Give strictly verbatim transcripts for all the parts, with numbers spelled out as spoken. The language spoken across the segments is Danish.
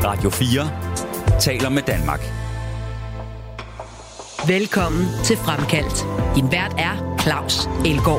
Radio fire taler med Danmark. Velkommen til Fremkaldt. Din vært er Claus Elgaard.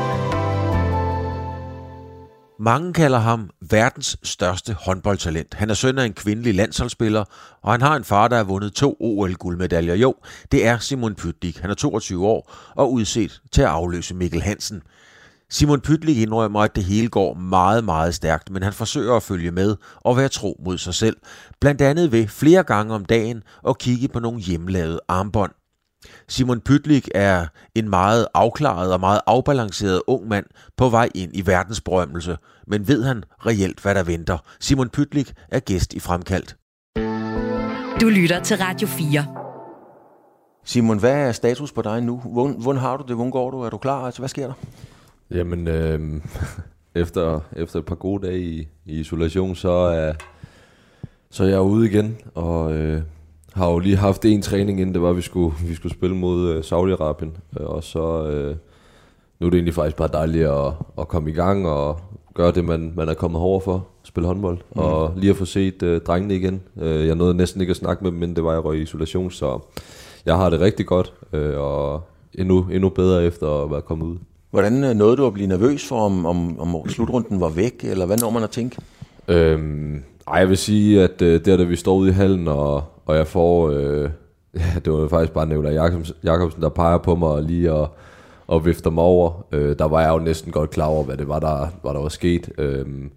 Mange kalder ham verdens største håndboldtalent. Han er søn af en kvindelig landsholdsspiller, og han har en far, der har vundet to O L-guldmedaljer. Jo, det er Simon Pytlik. Han er toogtyve år og udset til at afløse Mikkel Hansen. Simon Pytlik indrømmer, at det hele går meget, meget stærkt, men han forsøger at følge med og være tro mod sig selv. Blandt andet ved flere gange om dagen at kigge på nogle hjemmelavede armbånd. Simon Pytlik er en meget afklaret og meget afbalanceret ung mand på vej ind i verdensberømmelse. Men ved han reelt, hvad der venter? Simon Pytlik er gæst i Fremkaldt. Du lytter til Radio fire. Simon, hvad er status på dig nu? Hvordan har du det? Hvordan går du? Er du klar? Altså, hvad sker der? Jamen, øh, efter, efter et par gode dage i, i isolation, så er, så er jeg ude igen, og øh, har jo lige haft en træning, inden det var, at vi skulle, vi skulle spille mod øh, Saudi-Arabien. Og så øh, nu er det egentlig faktisk bare dejligt at, at komme i gang og gøre det, man, man er kommet over for, spille håndbold. Mm. Og lige at få set øh, drengene igen. Jeg nåede næsten ikke at snakke med dem, men det var jeg røg i isolation, så jeg har det rigtig godt, øh, og endnu, endnu bedre efter at være kommet ud. Hvordan nåede du at blive nervøs for, om, om, om slutrunden var væk, eller hvad når man at tænke? Øhm, ej, jeg vil sige, at øh, der da vi står ude i hallen, og, og jeg får, øh, ja, det var faktisk bare Nikolaj Jakobsen, Jakobsen, der peger på mig lige og, og vifter mig over. Øh, der var jeg jo næsten godt klar over, hvad det var, der, hvad der var sket. Øhm,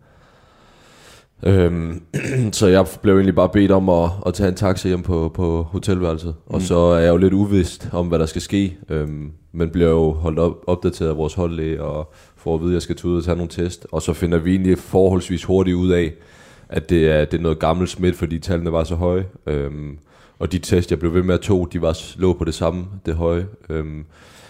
øhm, så jeg blev egentlig bare bedt om at, at tage en taxa hjem på, på hotelværelset. Mm. Og så er jeg jo lidt uvidst om, hvad der skal ske. Øhm, men bliver jo holdt op, opdateret af vores holdlæge og får at vide, at jeg skal tage ud og tage nogle test. Og så finder vi egentlig forholdsvis hurtigt ud af, at det er, det er noget gammelt smidt, fordi tallene var så høje. Øhm, og de test, jeg blev ved med at tage, de var lå på det samme, det høje. Øhm,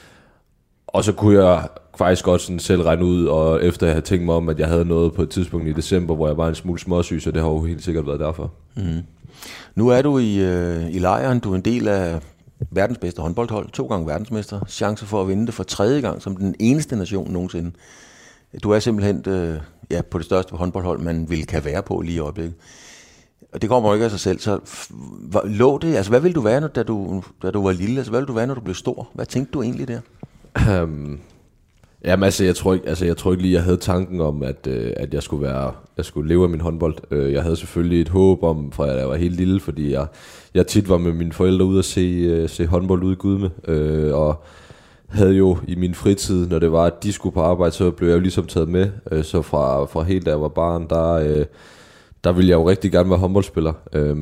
og så kunne jeg faktisk godt sådan selv regne ud, og efter jeg havde tænkt mig om, at jeg havde noget på et tidspunkt i december, hvor jeg var en smule småsyg, så det har jo helt sikkert været derfor. Mm. Nu er du i, øh, i lejren, du er en del af verdens bedste håndboldhold, to gange verdensmester, chance for at vinde det for tredje gang som den eneste nation nogensinde. Du er simpelthen øh, ja, på det største håndboldhold, man vil kan være på lige i øjeblikket. Og det kommer jo ikke af sig selv, så f- lå det, altså hvad ville du være, da du, da du var lille, altså hvad ville du være, når du blev stor? Hvad tænkte du egentlig der? Um, jamen altså, jeg tror ikke, altså jeg tror ikke lige, jeg havde tanken om, at, øh, at jeg skulle være, jeg skulle leve af min håndbold. Uh, jeg havde selvfølgelig et håb om, fra jeg var helt lille, fordi jeg, jeg tit var med mine forældre ude at se, uh, se håndbold ude i Gudme, uh, og havde jo i min fritid, når det var, at de skulle på arbejde, så blev jeg jo ligesom taget med. Uh, så fra, fra helt da jeg var barn, der, uh, der ville jeg jo rigtig gerne være håndboldspiller. Uh,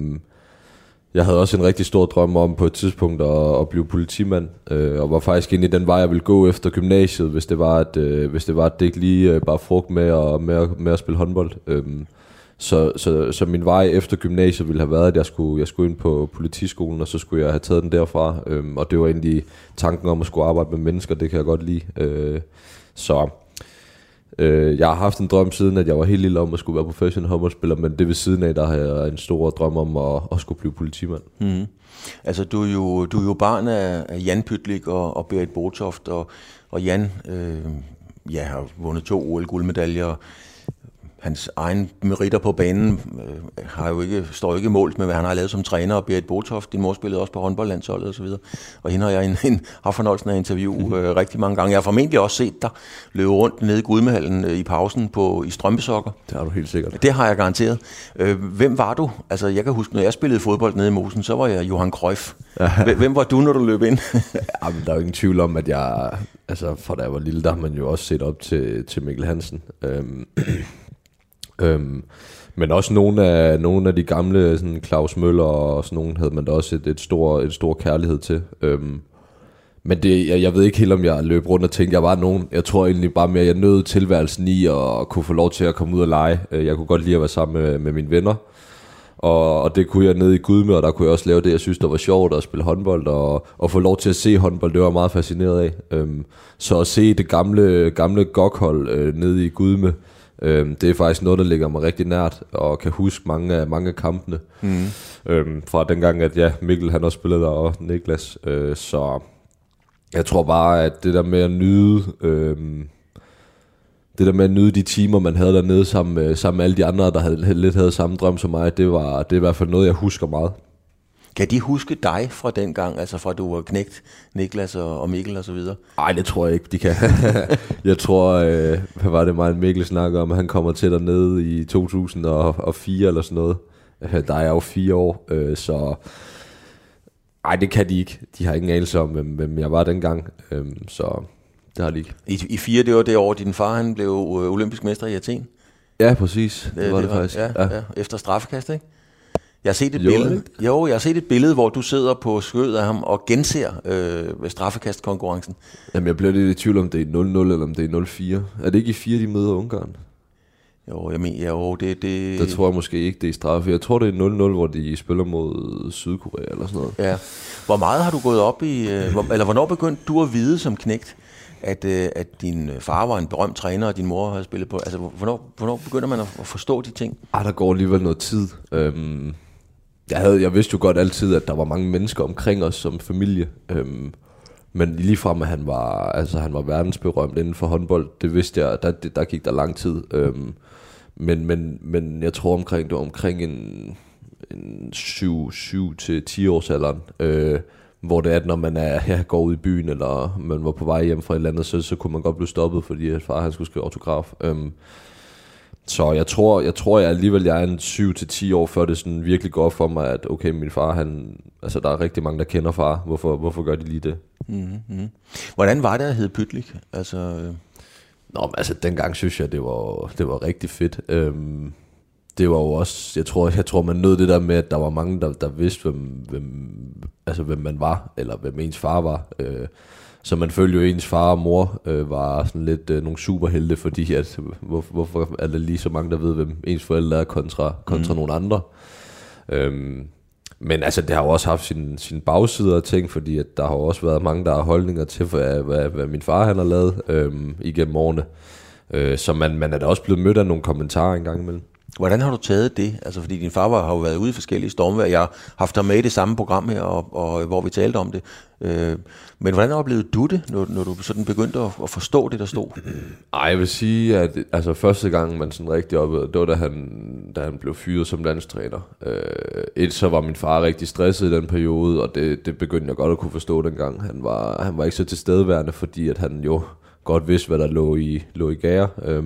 Jeg havde også en rigtig stor drøm om på et tidspunkt at, at blive politimand, øh, og var faktisk inde i den vej, jeg ville gå efter gymnasiet, hvis det var, at, øh, hvis det, var, at det ikke lige øh, bare frugt med at, med, at, med at spille håndbold. Øhm, så, så, så min vej efter gymnasiet ville have været, at jeg skulle, jeg skulle ind på politiskolen, og så skulle jeg have taget den derfra. Øhm, og det var egentlig tanken om at skulle arbejde med mennesker, det kan jeg godt lide. Øh, så... Øh, jeg har haft en drøm siden, at jeg var helt lille om at skulle være professionel håndboldspiller, men det ved siden af, der har jeg en stor drøm om at, at skulle blive politimand. Mm. Altså, du er, jo, du er jo barn af, af Jan Pytlik og, og Berit Botoft, og, og Jan øh, ja, har vundet to O L-guldmedaljer. Hans egen meritter på banen øh, har jo ikke, står jo ikke målt med, hvad han har lavet som træner, og Berit Botoft, din mor spillede også på håndboldlandsholdet og så videre. Og hende har jeg en, en, har fornøjelsen af at interviewe øh, rigtig mange gange. Jeg har formentlig også set dig løbe rundt nede i Gudmehallen øh, i pausen på, i strømpesokker. Det har du helt sikkert. Det har jeg garanteret. Øh, hvem var du? Altså, jeg kan huske, når jeg spillede fodbold nede i Mosen, så var jeg Johan Cruyff. Hvem var du, når du løb ind? Ja, men der er jo ingen tvivl om, at jeg, altså fra da jeg var lille, der har man jo også set op til, til Mikkel Hansen. Øhm, øhm, men også nogle af, nogle af de gamle, sådan Claus Møller og sådan nogle, havde man da også et, et stor, et stor kærlighed til. Øhm, men det, jeg, jeg ved ikke helt, om jeg løb rundt og tænkte, jeg var nogen. Jeg tror egentlig bare mere, at jeg nød tilværelsen i at kunne få lov til at komme ud og lege. Jeg kunne godt lide at være sammen med, med mine venner. Og, og det kunne jeg nede i Gudme, og der kunne jeg også lave det, jeg synes, der var sjovt, at spille håndbold, og, og få lov til at se håndbold, det var jeg meget fascineret af. Øhm, så at se det gamle, gamle gokhold øh, nede i Gudme, øhm, det er faktisk noget, der ligger mig rigtig nært, og kan huske mange af mange af kampene. Mm. Øhm, fra dengang, at ja, Mikkel han også spillede der, og Niklas. Øh, så jeg tror bare, at det der med at nyde... Øh, det der med at nyde de timer, man havde dernede sammen med, sammen med alle de andre, der havde, lidt havde samme drøm som mig, det var det er i hvert fald noget, jeg husker meget. Kan de huske dig fra den gang, altså fra du var knægt, Niklas og, og Mikkel og så videre? Nej, det tror jeg ikke, de kan. Jeg tror, øh, hvad var det mig og Mikkel snakker om, han kommer til dernede i to tusind og fire eller sådan noget. Der er jeg jo fire år, øh, så nej, det kan de ikke. De har ingen anelse om, hvem, hvem jeg var dengang, øh, så det har de ikke. I, i fire, det var det år, din far han blev olympisk mester i Athen? Ja, præcis. Det, det var det, det var, faktisk. Ja, ja. Ja, efter straffekast, ikke? Jeg har set et jo, billede. Jo, jeg har set et billede, hvor du sidder på skødet af ham og genser øh, ved straffekastkonkurrencen. Jamen, jeg bliver lidt i tvivl om det er nul nul eller om det er nul fire. Er det ikke i fire, de møder Ungarn? Jo, jeg mener, jo, det... det... Der tror jeg måske ikke, det er straffe. Jeg tror, det er nul nul, hvor de spiller mod Sydkorea eller sådan noget. Ja. Hvor meget har du gået op i... Øh, hvor, eller hvornår begyndte du at vide som knægt, at, øh, at din far var en berømt træner, og din mor havde spillet på... Altså, hvornår, hvornår begynder man at forstå de ting? Ah, der går alligevel noget tid. Øhm, jeg, havde, jeg vidste jo godt altid, at der var mange mennesker omkring os som familie. Øhm, men ligefrem, at han var, altså, han var verdensberømt inden for håndbold, det vidste jeg, der, der gik der lang tid. Øhm, men, men, men jeg tror omkring, det var omkring en, en syv til ti års alderen, øh, hvor det er, at når man er, ja, går ud i byen, eller man var på vej hjem fra et eller andet, så, så kunne man godt blive stoppet, fordi at far han skulle skrive autograf. Øhm, så jeg tror, jeg tror jeg alligevel, jeg er en syv til ti år, før det sådan virkelig går for mig, at okay, min far, han, altså der er rigtig mange, der kender far. Hvorfor, hvorfor gør de lige det? Mm-hmm. Hvordan var det at hedde Pytlik? Altså, øh... Nå, men altså dengang synes jeg, det var, det var rigtig fedt. Øhm, det var jo også, jeg tror, jeg tror man nød det der med, at der var mange, der, der vidste, hvem, hvem, altså, hvem man var, eller hvem ens far var. Øh, så man følte jo, ens far og mor øh, var sådan lidt øh, nogle superhelte, fordi at, hvor, hvorfor er der lige så mange, der ved, hvem ens forældre er kontra, kontra mm. nogle andre. Øhm, men altså, det har jo også haft sin, sin bagside af ting, fordi at der har jo også været mange, der har holdninger til, hvad, hvad, hvad min far han har lavet øhm, igennem årene. Øh, så man, man er da også blevet mødt af nogle kommentarer en gang imellem. Hvordan har du taget det? Altså, fordi din far var, har jo været ude i forskellige stormvejr. Jeg har haft ham med i det samme program her, og, og, hvor vi talte om det. Øh, men hvordan oplevede du det, når, når du sådan begyndte at, at forstå det, der stod? Ej, jeg vil sige, at altså, første gang, man sådan rigtig oplevede, det var, da han, da han blev fyret som landstræner. Øh, et, så var min far rigtig stresset i den periode, og det, det begyndte jeg godt at kunne forstå dengang. Han var, han var ikke så tilstedeværende, fordi at han jo godt vidste, hvad der lå i, lå i gære. Øh,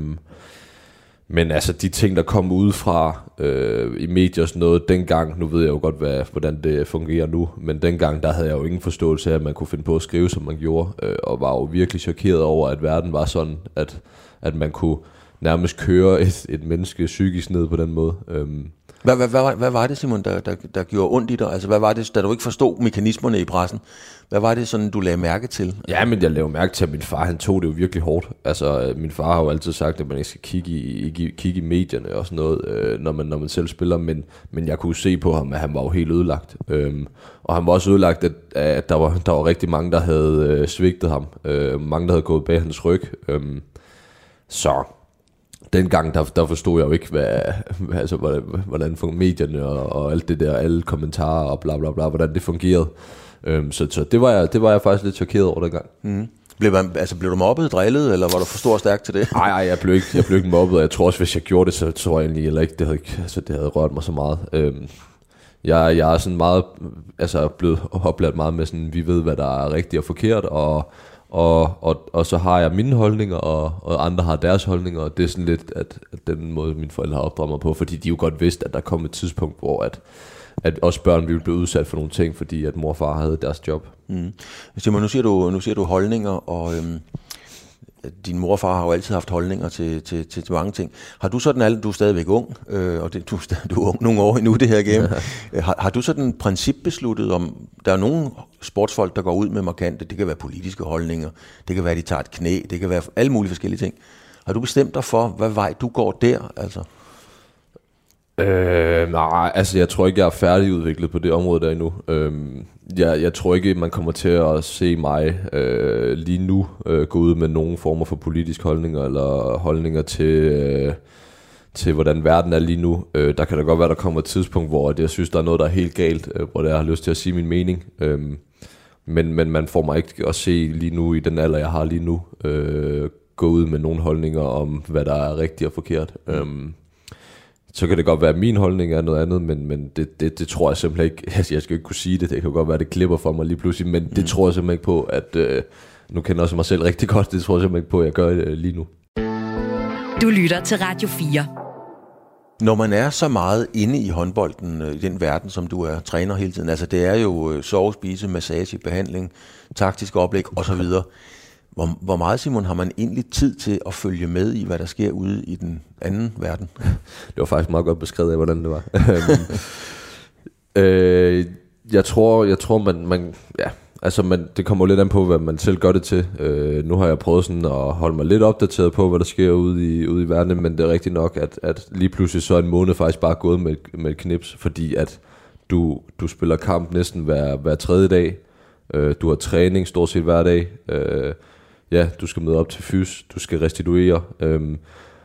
Men altså de ting, der kom ud fra øh, i medier og sådan noget, dengang, nu ved jeg jo godt, hvad, hvordan det fungerer nu, men dengang, der havde jeg jo ingen forståelse af, at man kunne finde på at skrive, som man gjorde, øh, og var jo virkelig chokeret over, at verden var sådan, at, at man kunne nærmest køre et, et menneske psykisk ned på den måde. Øhm. Hvad, hvad, hvad, hvad var det, Simon, der, der, der gjorde ondt i dig? Altså, hvad var det, da du ikke forstod mekanismerne i pressen? Hvad var det sådan, du lagde mærke til? Ja, men jeg lavede mærke til, at min far, han tog det jo virkelig hårdt. Altså, min far har jo altid sagt, at man ikke skal kigge i, kigge i medierne og sådan noget, øh, når, man, når man selv spiller. Men, men jeg kunne se på ham, at han var jo helt ødelagt. Øhm, og han var også ødelagt, at, at der, var, der var rigtig mange, der havde øh, svigtet ham. Øh, mange, der havde gået bag hans ryg. Øhm, så... Dengang, der, der forstod jeg jo ikke, hvad, altså, hvordan, hvordan medierne og, og alt det der, alle kommentarer og bla bla bla, hvordan det fungerede. Øhm, så så det, var jeg, det var jeg faktisk lidt chokeret over dengang. Mm. Blev, man, altså, blev du mobbet, drillet, eller var du for stor og stærk til det? Nej, nej, jeg blev ikke, jeg blev ikke mobbet, og jeg tror også, hvis jeg gjorde det, så tror jeg egentlig heller ikke, det havde, altså, det havde rørt mig så meget. Øhm, jeg, jeg er sådan meget, altså blevet oplært meget med sådan, vi ved, hvad der er rigtigt og forkert, og Og, og, og så har jeg mine holdninger, og, og andre har deres holdninger, og det er sådan lidt, at, at den måde mine forældre har opdraget mig på, fordi de jo godt vidste, at der kom et tidspunkt, hvor at, at os børn ville blive udsat for nogle ting, fordi at mor og far havde deres job. Mm. Simon, nu siger du, nu siger du holdninger, og øhm, din mor og far har jo altid haft holdninger til, til, til, til mange ting. Har du sådan, alle, du er stadigvæk ung, øh, og det, du, du er ung nogle år endnu det her game. har, har du sådan principbesluttet om, der er nogle sportsfolk, der går ud med markante, det kan være politiske holdninger, det kan være, de tager et knæ, det kan være alle mulige forskellige ting. Har du bestemt dig for, hvad vej du går der, altså? Øh, nej, altså jeg tror ikke, jeg er færdigudviklet på det område der endnu. Øh, jeg, jeg tror ikke, man kommer til at se mig øh, lige nu øh, gå ud med nogen former for politiske holdninger, eller holdninger til, øh, til hvordan verden er lige nu. Øh, der kan da godt være, der kommer et tidspunkt, hvor jeg synes, der er noget, der er helt galt, øh, hvor jeg har lyst til at sige min mening. Øh, men, men man får mig ikke at se lige nu, i den alder, jeg har lige nu, øh, gå ud med nogle holdninger om, hvad der er rigtigt og forkert. Mm. Øhm, så kan det godt være, at min holdning er noget andet, men, men det, det, det tror jeg simpelthen ikke. Altså, jeg skal ikke kunne sige det, det kan godt være, det klipper for mig lige pludselig, men mm. det tror jeg simpelthen ikke på, at øh, nu kender jeg også mig selv rigtig godt, det tror jeg simpelthen ikke på, at jeg gør øh, lige nu. Du lytter til Radio fire. Når man er så meget inde i håndbolden, i den verden, som du er træner hele tiden, altså det er jo sove, spise, massage, behandling, taktisk oplæg osv. Hvor, hvor meget, Simon, har man egentlig tid til at følge med i, hvad der sker ude i den anden verden? Det var faktisk meget godt beskrevet af, hvordan det var. øh, jeg tror, jeg tror man, man ja, altså man, det kommer lidt an på, hvad man selv gør det til. Øh, nu har jeg prøvet sådan at holde mig lidt opdateret på, hvad der sker ude i, ude i verden, men det er rigtigt nok, at, at lige pludselig så er en måned faktisk bare gået med, med et knips, fordi at du, du spiller kamp næsten hver, hver tredje dag. Øh, du har træning stort set hver dag. Øh, ja, du skal møde op til fys, du skal restituere. Øh,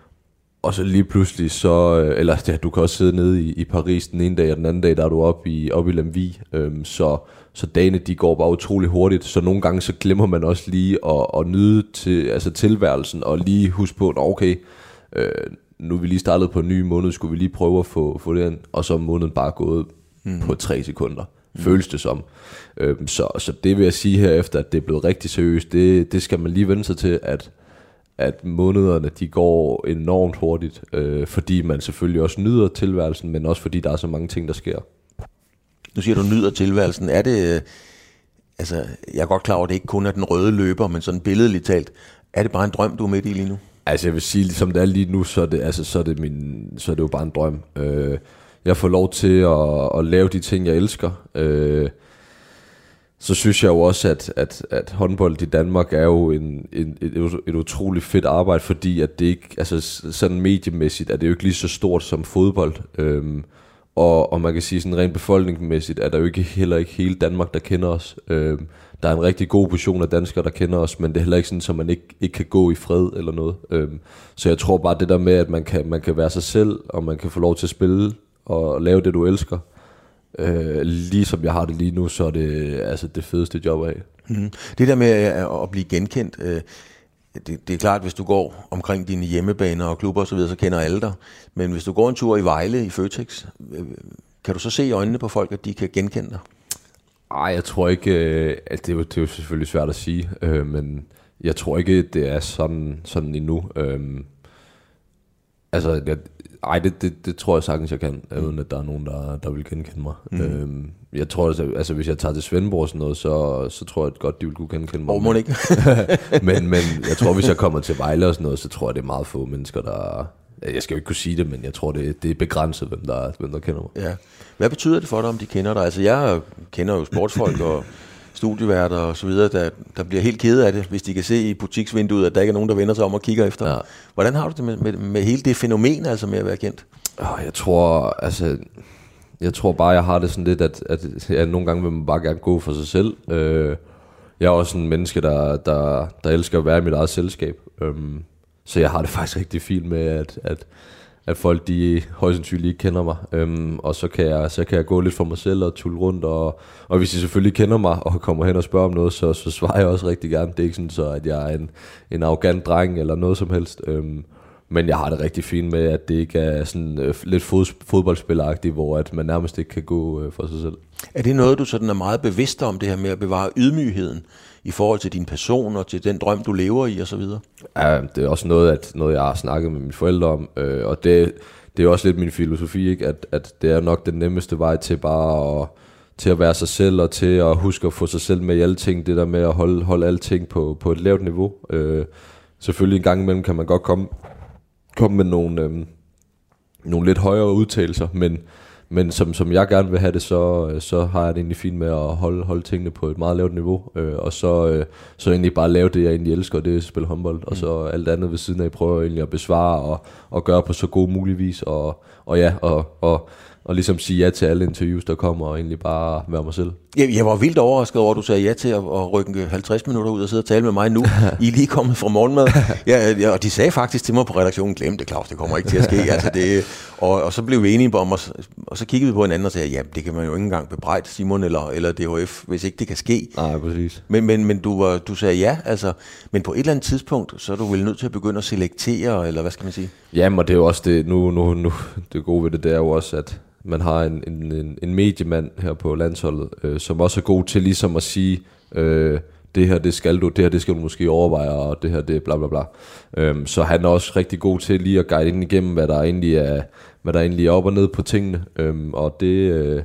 og så lige pludselig så, eller ja, du kan også sidde nede i, i Paris den ene dag, og den anden dag, der er du oppe i, op i Lemvig. Øh, så Så dagene, de går bare utrolig hurtigt, så nogle gange så glemmer man også lige at, at nyde til, altså tilværelsen, og lige huske på, at okay, øh, nu er vi lige startet på en ny måned, skulle vi lige prøve at få, få det ind, og så er måneden bare gået mm. på tre sekunder, mm. føles det som. Øh, så, så det vil jeg sige herefter, at det er blevet rigtig seriøst, det, det skal man lige vende sig til, at, at månederne, de går enormt hurtigt, øh, fordi man selvfølgelig også nyder tilværelsen, men også fordi der er så mange ting, der sker. Nu siger du, nyder tilværelsen. Er det, øh, altså, jeg er godt klar over, at det ikke kun er den røde løber, men sådan billedligt talt. Er det bare en drøm, du er midt i lige nu? Altså, jeg vil sige, som det er lige nu, så er det, altså, så er det, min, så er det jo bare en drøm. Øh, jeg får lov til at, at lave de ting, jeg elsker. Øh, så synes jeg jo også, at, at, at håndbold i Danmark er jo en, en, et, et utroligt fedt arbejde, fordi at det ikke, altså sådan mediemæssigt, er det jo ikke lige så stort som fodbold. Øh, Og, og man kan sige sådan rent befolkningsmæssigt, er der jo ikke, heller ikke hele Danmark, der kender os. Øh, der er en rigtig god portion af danskere, der kender os, men det er heller ikke sådan, at man ikke, ikke kan gå i fred eller noget. Øh, så jeg tror bare det der med, at man kan, man kan være sig selv, og man kan få lov til at spille og lave det, du elsker. Øh, lige som jeg har det lige nu, så er det altså det fedeste job af. Mm. Det der med at blive genkendt, øh, Det, det er klart, hvis du går omkring dine hjemmebaner og klubber og så videre, så kender alle dig. Men hvis du går en tur i Vejle i Føtex, kan du så se i øjnene på folk, at de kan genkende dig? Ej, jeg tror ikke, at det er jo, det er jo selvfølgelig svært at sige, øh, men jeg tror ikke, det er sådan, sådan endnu. Øh, altså, jeg, ej, det, det, det tror jeg sagtens, jeg kan, mm. uden at der er nogen, der, der vil genkende mig. Mm. Øh, jeg tror, altså, altså hvis jeg tager til Svendborg og sådan noget, så, så tror jeg at godt, de vil kunne genkende mig. Oh, må ikke. men, men jeg tror, hvis jeg kommer til Vejle og sådan noget, så tror jeg, det er meget få mennesker, der... Jeg skal jo ikke kunne sige det, men jeg tror, det, det er begrænset, hvem der, hvem der kender mig. Ja. Hvad betyder det for dig, om de kender dig? Altså, jeg kender jo sportsfolk og studieværter og så videre, der, der bliver helt kede af det, hvis de kan se i butiksvinduet, at der ikke er nogen, der vender sig om og kigger efter. Ja. Hvordan har du det med, med, med hele det fænomen, altså med at være kendt? Oh, jeg tror, altså... Jeg tror bare, jeg har det sådan lidt, at, at ja, nogle gange vil man bare gerne gå for sig selv. Øh, jeg er også en menneske, der, der, der elsker at være i mit eget selskab. Øhm, så jeg har det faktisk rigtig fint med, at, at, at folk de højst sandsynligt ikke kender mig. Øhm, og så kan, jeg, så kan jeg gå lidt for mig selv og tulle rundt. Og, og hvis de selvfølgelig kender mig og kommer hen og spørger om noget, så, så svarer jeg også rigtig gerne. Det er ikke sådan, så, at jeg er en, en arrogant dreng eller noget som helst. Øhm, Men jeg har det rigtig fint med, at det ikke er sådan øh, lidt fod, fodboldspilleragtigt, hvor at man nærmest ikke kan gå øh, for sig selv. Er det noget, du sådan er meget bevidst om, det her med at bevare ydmygheden i forhold til din person og til den drøm, du lever i osv.? Ja, det er også noget, at, noget jeg har snakket med mine forældre om, øh, og det, det er også lidt min filosofi, ikke? At, at det er nok den nemmeste vej til bare at, til at være sig selv, og til at huske at få sig selv med i alle ting, det der med at holde, holde alting på, på et lavt niveau. Øh, selvfølgelig en gang imellem kan man godt komme komme med nogle, øhm, nogle lidt højere udtalelser, men, men som, som jeg gerne vil have det, så, så har jeg det egentlig fint med at holde, holde tingene på et meget lavt niveau, øh, og så, øh, så egentlig bare lave det, jeg egentlig elsker, det er at spille håndbold, mm. og så alt andet ved siden af prøver jeg egentlig at besvare og, og gøre på så god mulig vis, og, og ja, og, og, og ligesom sige ja til alle interviews, der kommer, og egentlig bare være mig selv. Jeg, jeg var vildt overrasket over, at du sagde ja til at, at rykke halvtreds minutter ud og sidde og tale med mig nu. I er lige kommet fra morgenmad. Ja, ja, og de sagde faktisk til mig på redaktionen, glem det, Claus, det kommer ikke til at ske. Altså det, og, og så blev vi enige om os, og så kiggede vi på hinanden og sagde, ja, det kan man jo ikke engang bebrejde Simon eller, eller D H F, hvis ikke det kan ske. Nej, præcis. Men, men, men du, var, du sagde ja, altså, men på et eller andet tidspunkt, så er du vel nødt til at begynde at selektere, eller hvad skal man sige? Jamen, og det er jo også det, nu, nu, nu, det gode ved det, det er jo også, at man har en, en, en, en mediemand her på landsholdet, øh, som også er god til ligesom at sige, øh, det her det skal du, det her det skal du måske overveje, og det her det bla bla bla. Øhm, så han er også rigtig god til lige at guide ind igennem, hvad der egentlig er, hvad der egentlig er op og ned på tingene, øhm, og det, øh,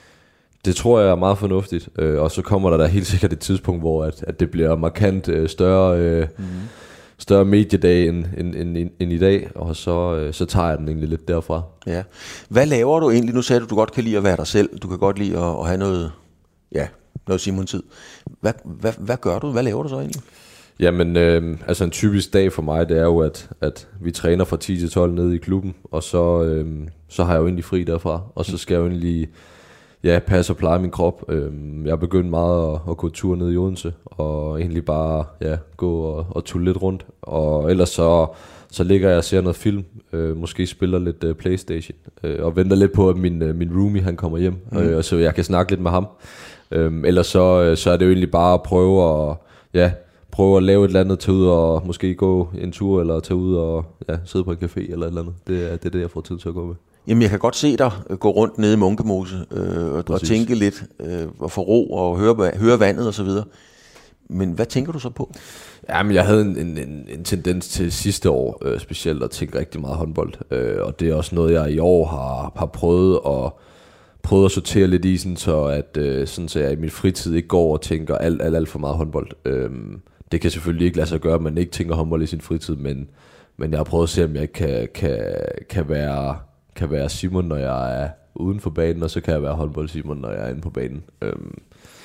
det tror jeg er meget fornuftigt. Øh, og så kommer der da helt sikkert et tidspunkt, hvor at, at det bliver markant øh, større. Øh, mm. større mediedag end, end, end, end, end i dag, og så, øh, så tager jeg den egentlig lidt derfra. Ja. Hvad laver du egentlig? Nu sagde du, du godt kan lide at være dig selv. Du kan godt lide at, at have noget, ja, noget Simon-tid. Hvad, hvad, hvad gør du? Hvad laver du så egentlig? Jamen, øh, altså en typisk dag for mig, det er jo, at, at vi træner fra ti til tolv nede i klubben, og så, øh, så har jeg jo egentlig fri derfra, og så skal jeg jo egentlig ja, passe og pleje min krop. Jeg er begyndt meget at, at gå tur ned i Odense, og egentlig bare ja, gå og, og tulle lidt rundt. Og ellers så, så ligger jeg og ser noget film, øh, måske spiller lidt uh, Playstation, øh, og venter lidt på, at min, uh, min roomie han kommer hjem, mm. øh, så jeg kan snakke lidt med ham. Øh, ellers så, så er det jo egentlig bare at prøve at, ja, prøve at lave et eller andet, tage ud og måske gå en tur, eller tage ud og ja, sidde på en café eller et eller andet. Det er, det er det, jeg får tid til at gå med. Jamen, jeg kan godt se dig gå rundt nede i Munkemose øh, og, og tænke lidt øh, og få ro og høre, høre vandet og så videre. Men hvad tænker du så på? Jamen, jeg havde en, en, en tendens til sidste år øh, specielt at tænke rigtig meget håndbold. Øh, og det er også noget, jeg i år har, har prøvet at prøvet at sortere lidt i, sådan, så, at, øh, sådan, så jeg i min fritid ikke går og tænker alt, alt, alt for meget håndbold. Øh, det kan selvfølgelig ikke lade sig gøre, at man ikke tænker håndbold i sin fritid, men, men jeg har prøvet at se, om jeg kan, kan, kan være... kan være Simon, når jeg er uden for banen, og så kan jeg være håndbold Simon, når jeg er inde på banen. Øhm,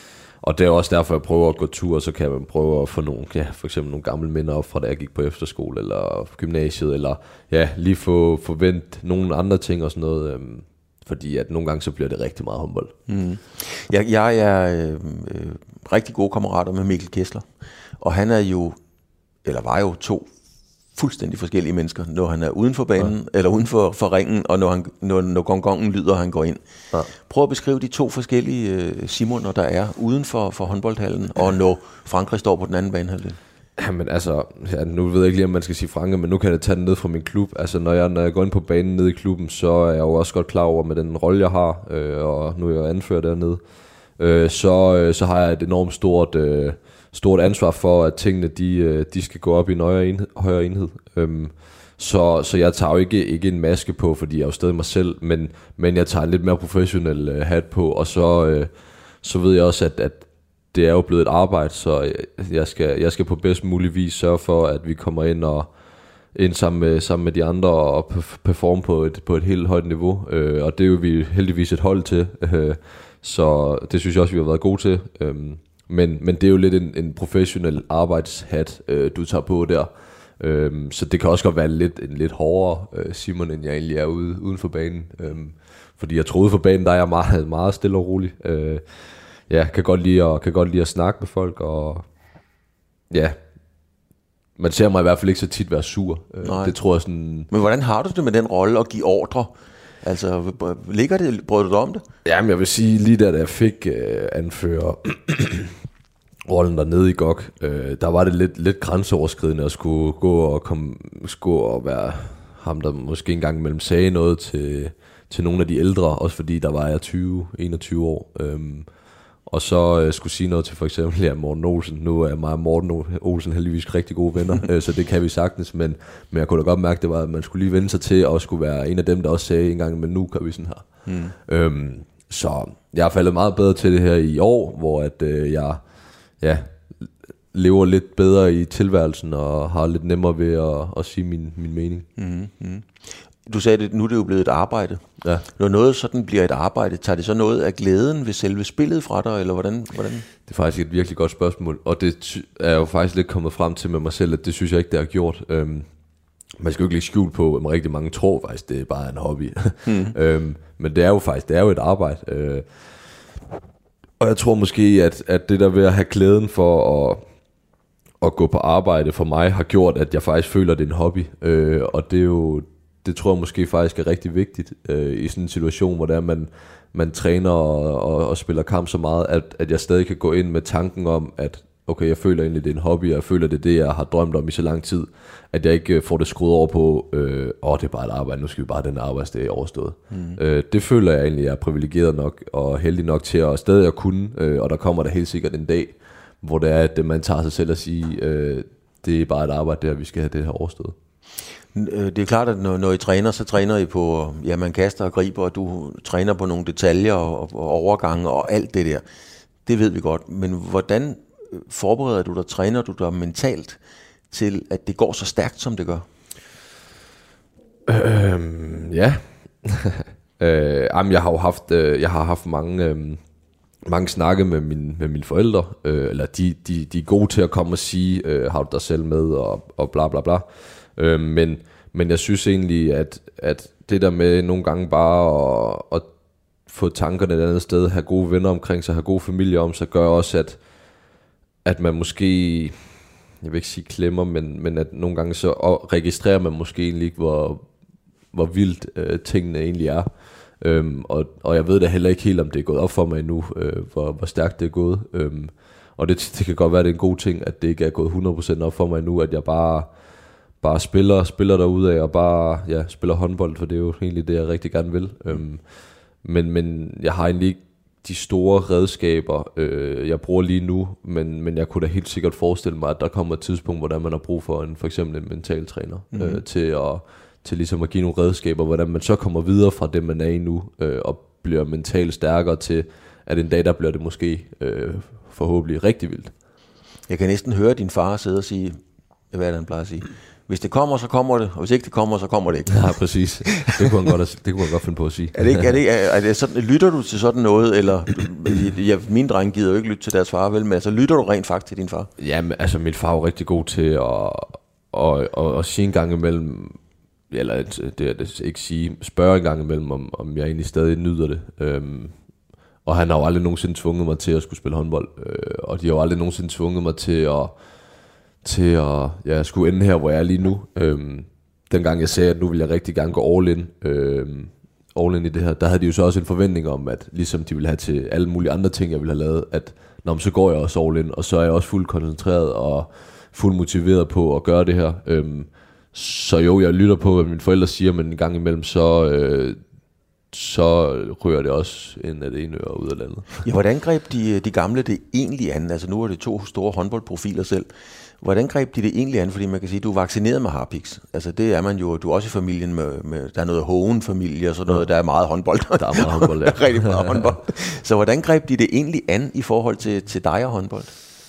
og det er også derfor, jeg prøver at gå tur, og så kan man prøve at få nogle, ja, for eksempel nogle gamle minder op fra, da jeg gik på efterskole, eller gymnasiet, eller ja, lige få forvent nogle andre ting og sådan noget, øhm, fordi at nogle gange så bliver det rigtig meget håndbold. Mm. Jeg, jeg er øh, øh, rigtig gode kammerater med Mikkel Kessler, og han er jo, eller var jo to fuldstændig forskellige mennesker, når han er uden for banen, ja. eller uden for, for ringen, og når, han, når, når gongongen lyder, og han går ind. Ja. Prøv at beskrive de to forskellige øh, Simoner, der er uden for, for håndboldhallen, og når Frankrig står på den anden banehalvdel. Jamen altså, ja, nu ved jeg ikke lige, om man skal sige Frankrig, men nu kan jeg tage den ned fra min klub. Altså, når jeg, når jeg går ind på banen nede i klubben, så er jeg jo også godt klar over med den rolle, jeg har, øh, og nu er jeg anfører dernede, øh, så, øh, så har jeg et enormt stort... Øh, stort ansvar for, at tingene de, de skal gå op i en højere enhed. Højere enhed. Øhm, så, så jeg tager jo ikke, ikke en maske på, fordi jeg er jo stadig mig selv, men, men jeg tager en lidt mere professionel øh, hat på, og så, øh, så ved jeg også, at, at det er jo blevet et arbejde, så jeg skal, jeg skal på bedst mulig vis sørge for, at vi kommer ind og ind sammen med, sammen med de andre og performe på et, på et helt højt niveau, øh, og det er jo vi heldigvis et hold til, øh, så det synes jeg også, vi har været gode til. Øh, Men, men det er jo lidt en, en professionel arbejdshat, øh, du tager på der. Øhm, så det kan også godt være lidt, en lidt hårdere øh, Simon, end jeg egentlig er ude, uden for banen. Øhm, fordi jeg tror ude for banen, der er jeg meget, meget stille og rolig. Øh, ja, kan godt lide at, kan godt lide at snakke med folk, og ja, man ser mig i hvert fald ikke så tit være sur. Øh, det tror jeg sådan... Men hvordan har du det med den rolle at give ordre? Altså, ligger det, brød du dig om det? Jamen, jeg vil sige, lige da jeg fik øh, anfører rollen dernede i G O G, øh, der var det lidt, lidt grænseoverskridende at skulle gå og, komme, skulle og være ham, der måske engang imellem sagde noget til, til nogle af de ældre, også fordi der var jeg tyve enogtyve år. Øhm, og så øh, skulle sige noget til for eksempel ja, Morten Olsen. Nu er mig og Morten Olsen heldigvis rigtig gode venner, øh, så det kan vi sagtens, men, men jeg kunne da godt mærke, det var, at man skulle lige vende sig til at skulle være en af dem, der også sagde en gang, men nu kan vi sådan her. Mm. Øhm, så jeg har faldet meget bedre til det her i år, hvor at, øh, jeg ja, lever lidt bedre i tilværelsen og har lidt nemmere ved at, at sige min, min mening. Mm-hmm. Du sagde, at nu er det jo blevet et arbejde. Ja. Når noget sådan bliver et arbejde, tager det så noget af glæden ved selve spillet fra dig, eller hvordan? hvordan? Det er faktisk et virkelig godt spørgsmål, og det er jo faktisk lidt kommet frem til med mig selv, at det synes jeg ikke, det har gjort. Øhm, man skal jo ikke lægge skjul på, at rigtig mange tror faktisk, det er bare en hobby. Mm. øhm, men det er jo faktisk, det er jo et arbejde. Øh, og jeg tror måske, at, at det der ved at have glæden for at, at gå på arbejde for mig, har gjort, at jeg faktisk føler, at det er en hobby. Øh, og det er jo, det tror jeg måske faktisk er rigtig vigtigt øh, i sådan en situation, hvor det er, man, man træner og, og, og spiller kamp så meget, at, at jeg stadig kan gå ind med tanken om, at okay, jeg føler egentlig, det er en hobby, og jeg føler, det er det, jeg har drømt om i så lang tid, at jeg ikke får det skruet over på, øh, åh, det er bare et arbejde, nu skal vi bare den arbejdsdag overstået. Mm. Øh, det føler jeg egentlig, jeg er privilegeret nok, og heldig nok til at stadig at kunne, øh, og der kommer der helt sikkert en dag, hvor det er, at man tager sig selv og siger, øh, det er bare et arbejde der, vi skal have det her overstået. Det er klart, at når, når I træner, så træner I på, ja, man kaster og griber, og du træner på nogle detaljer og, og overgange og alt det der. Det ved vi godt, men hvordan forbereder du dig, træner du dig mentalt til, at det går så stærkt, som det gør? Øhm, ja. øh, jamen, jeg har jo haft, øh, jeg har haft mange, øh, mange snakke med, min, med mine forældre, øh, eller de, de, de er gode til at komme og sige, øh, har du dig selv med, og, og bla bla bla. Øh, men, men jeg synes egentlig, at, at det der med nogle gange bare at, at få tankerne et andet sted, have gode venner omkring sig, have gode familie om sig, gør også, at at man måske, jeg vil ikke sige klemmer, men, men at nogle gange så registrerer man måske egentlig ikke, hvor, hvor vildt øh, tingene egentlig er. Øhm, og, og jeg ved da heller ikke helt, om det er gået op for mig endnu, øh, hvor, hvor stærkt det er gået. Øhm, og det, det kan godt være, at det er en god ting, at det ikke er gået hundrede procent op for mig endnu, at jeg bare, bare spiller, spiller derudad og bare ja, spiller håndbold, for det er jo egentlig det, jeg rigtig gerne vil. Øhm, men, men jeg har egentlig ikke de store redskaber, øh, jeg bruger lige nu, men, men jeg kunne da helt sikkert forestille mig, at der kommer et tidspunkt, hvor man har brug for en, for eksempel en mental træner, mm-hmm. øh, til, at, til ligesom at give nogle redskaber, hvordan man så kommer videre fra det, man er i nu, øh, og bliver mentalt stærkere til, at en dag, der bliver det måske øh, forhåbentlig rigtig vildt. Jeg kan næsten høre din far sidde og sige, hvad er det, han plejer at sige? Hvis det kommer, så kommer det, og hvis ikke det kommer, så kommer det ikke. Ja, præcis. Det kunne han godt, det kunne han godt finde på at sige. Er det ikke, er det, er, er det sådan, lytter du til sådan noget, eller ja, mine drenge gider jo ikke lytte til deres far, vel, men altså, lytter du rent faktisk til din far? Jamen, altså, min far er jo rigtig god til at, at, at, at sige en gang imellem, eller det er det ikke sige, spørge en gang imellem, om, om jeg egentlig stadig nyder det. Øhm, og han har jo aldrig nogensinde tvunget mig til at skulle spille håndbold, øh, og de har jo aldrig nogensinde tvunget mig til at til at ja, skulle ende her, hvor jeg er lige nu. Øhm, dengang jeg sagde, at nu vil jeg rigtig gerne gå all in, øhm, all in i det her, der havde de jo så også en forventning om, at ligesom de ville have til alle mulige andre ting, jeg ville have lavet, at når så går jeg også all in, og så er jeg også fuldt koncentreret og fuldt motiveret på at gøre det her. Øhm, så jo, jeg lytter på, hvad mine forældre siger, men en gang imellem, så, øh, så rører det også ind af det ene øre og ud af det andet. Ja, hvordan greb de, de gamle det egentlig an? Altså nu er det to store håndboldprofiler selv. Hvordan greb de det egentlig an? Fordi man kan sige, at du er vaccineret med harpiks. Altså det er man jo, du er også i familien med, med der er noget Hohen-familie og sådan noget, ja. Der er meget håndbold. Der er meget håndbold, ja. Rigtig meget håndbold. Så hvordan greb de det egentlig an i forhold til, til dig og håndbold?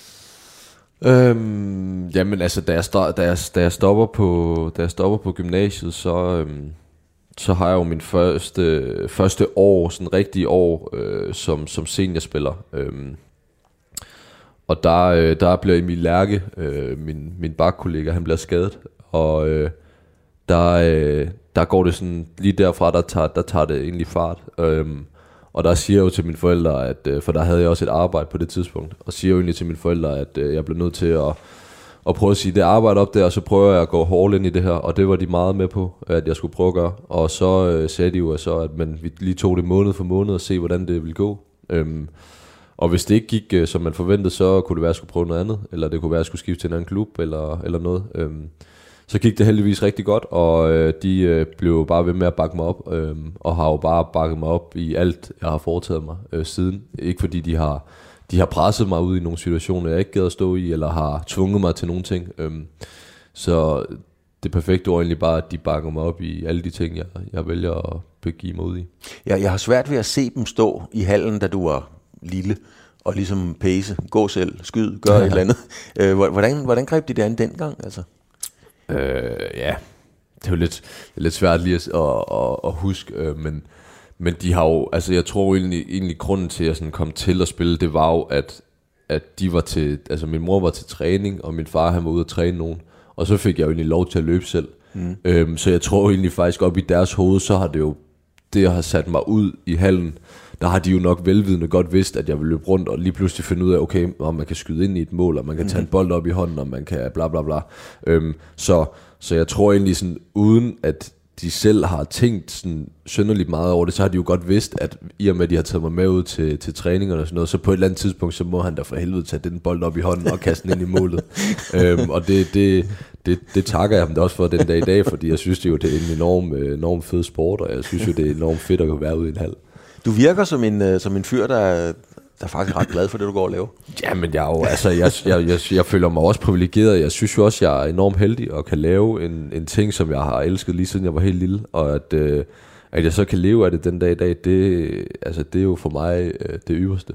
Øhm, jamen altså, da jeg, start, da, jeg, da jeg stopper på, da jeg stopper på gymnasiet, så, øhm, så har jeg jo min første, første år, sådan rigtige år, øh, som, som seniorspiller. Øhm, Og der, øh, der bliver Emil Lærke, øh, min, min bakkollega, han bliver skadet. Og øh, der, øh, der går det sådan, lige derfra, der tager, der tager det egentlig fart. Øhm, og der siger jeg jo til mine forældre, at, øh, for der havde jeg også et arbejde på det tidspunkt, og siger jo egentlig til mine forældre, at øh, jeg blev nødt til at, at prøve at sige det arbejde op der, og så prøver jeg at gå all in i det her. Og det var de meget med på, at jeg skulle prøve at gøre. Og så øh, sagde de jo så, at man, vi lige tog det måned for måned og se, hvordan det ville gå. Øhm, Og hvis det ikke gik, øh, som man forventede, så kunne det være, at jeg skulle prøve noget andet. Eller det kunne være, at jeg skulle skifte til en anden klub, eller, eller noget. Øhm, så gik det heldigvis rigtig godt, og øh, de øh, blev bare ved med at bakke mig op. Øh, og har jo bare bakket mig op i alt, jeg har foretaget mig øh, siden. Ikke fordi de har, de har presset mig ud i nogle situationer, jeg ikke gad at stå i, eller har tvunget mig til nogle ting. Øh, så det perfekte ord er egentlig bare, at de bakker mig op i alle de ting, jeg, jeg vælger at begive mig ud i. Ja, jeg har svært ved at se dem stå i hallen, da du var lille, og ligesom pace, gå selv, skyd, gør ja. Et eller andet. Øh, hvordan, hvordan greb de det an dengang? Altså? Øh, ja, det er jo lidt, det er lidt svært lige at, at, at, at huske, øh, men, men de har jo, altså jeg tror egentlig, egentlig grunden til, at jeg sådan kom til at spille, det var jo, at, at de var til, altså min mor var til træning, og min far han var ude at træne nogen, og så fik jeg jo egentlig lov til at løbe selv. Mm. Øhm, så jeg tror egentlig faktisk op i deres hoved, så har det jo, det har sat mig ud i hallen, der har de jo nok velvidende godt vidst, at jeg vil løbe rundt og lige pludselig finde ud af, okay, om man kan skyde ind i et mål, og man kan tage en bold op i hånden, og man kan bla bla bla. Øhm, så, så jeg tror egentlig sådan, uden at de selv har tænkt sådan synderligt meget over det, så har de jo godt vidst, at i og med, at de har taget mig med ud til, til træningerne og sådan noget, så på et eller andet tidspunkt, så må han da for helvede tage den bold op i hånden og kaste den ind i målet. øhm, og det, det, det, det takker jeg ham da også for den dag i dag, fordi jeg synes det jo, det er en enorm, enorm fed sport, og jeg synes jo, det er enormt fedt at være ude i en hal. Du virker som en, som en fyr, der, der er faktisk ret glad for det, du går og laver. Ja, men jeg, er jo, altså, jeg, jeg, jeg, jeg føler mig også privilegeret. Jeg synes jo også, jeg er enormt heldig og kan lave en, en ting, som jeg har elsket lige siden jeg var helt lille. Og at, øh, at jeg så kan leve af det den dag i dag, det, altså, det er jo for mig øh, det yderste.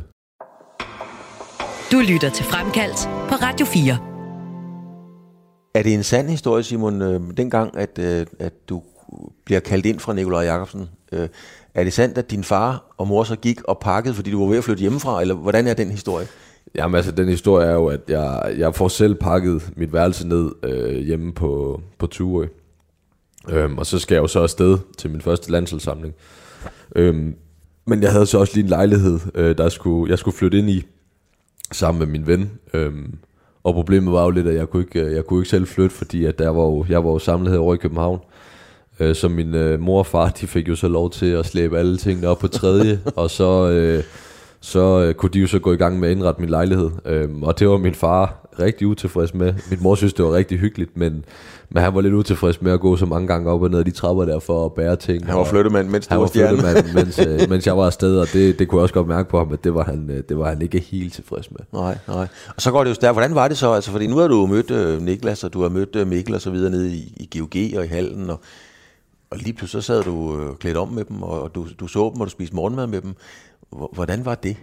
Du lytter til Fremkaldt på Radio fire. Er det en sand historie, Simon, øh, dengang, at, øh, at du bliver kaldt ind fra Nikolaj Jacobsen? Øh, er det sandt, at din far og mor så gik og pakkede, fordi du var ved at flytte hjemmefra, eller hvordan er den historie? Jamen altså, den historie er jo, at jeg, jeg får selv pakket mit værelse ned øh, hjemme på, på Tuø. Øhm, og så skal jeg jo så afsted til min første landsholdssamling. Øhm, men jeg havde så også lige en lejlighed, øh, der skulle, jeg skulle flytte ind i, sammen med min ven. Øhm, og problemet var jo lidt, at jeg kunne ikke, jeg kunne ikke selv flytte, fordi at der var jo, jeg var jo samlet her over i København. Øh, så min øh, mor og far, de fik jo så lov til at slæbe alle tingene op på tredje, og så, øh, så øh, kunne de jo så gå i gang med at indrette min lejlighed. Øh, og det var min far rigtig utilfreds med. Min mor synes, det var rigtig hyggeligt, men, men han var lidt utilfreds med at gå så mange gange op og ned af de trapper der for at bære ting. Han var flyttemand, mens du var stjerne. Han var flyttemand, mens, øh, mens jeg var afsted, og det, det kunne jeg også godt mærke på ham, at det var han, det var han ikke helt tilfreds med. Nej, nej. Og så går det jo stærkt. Hvordan var det så? Altså, fordi nu har du mødt øh, Niklas, og du har mødt øh, Mikkel og så videre nede i, i G O G og i hallen, og Og lige pludselig så sad du øh, klædt om med dem, og du, du så dem, og du spiste morgenmad med dem. Hvordan var det?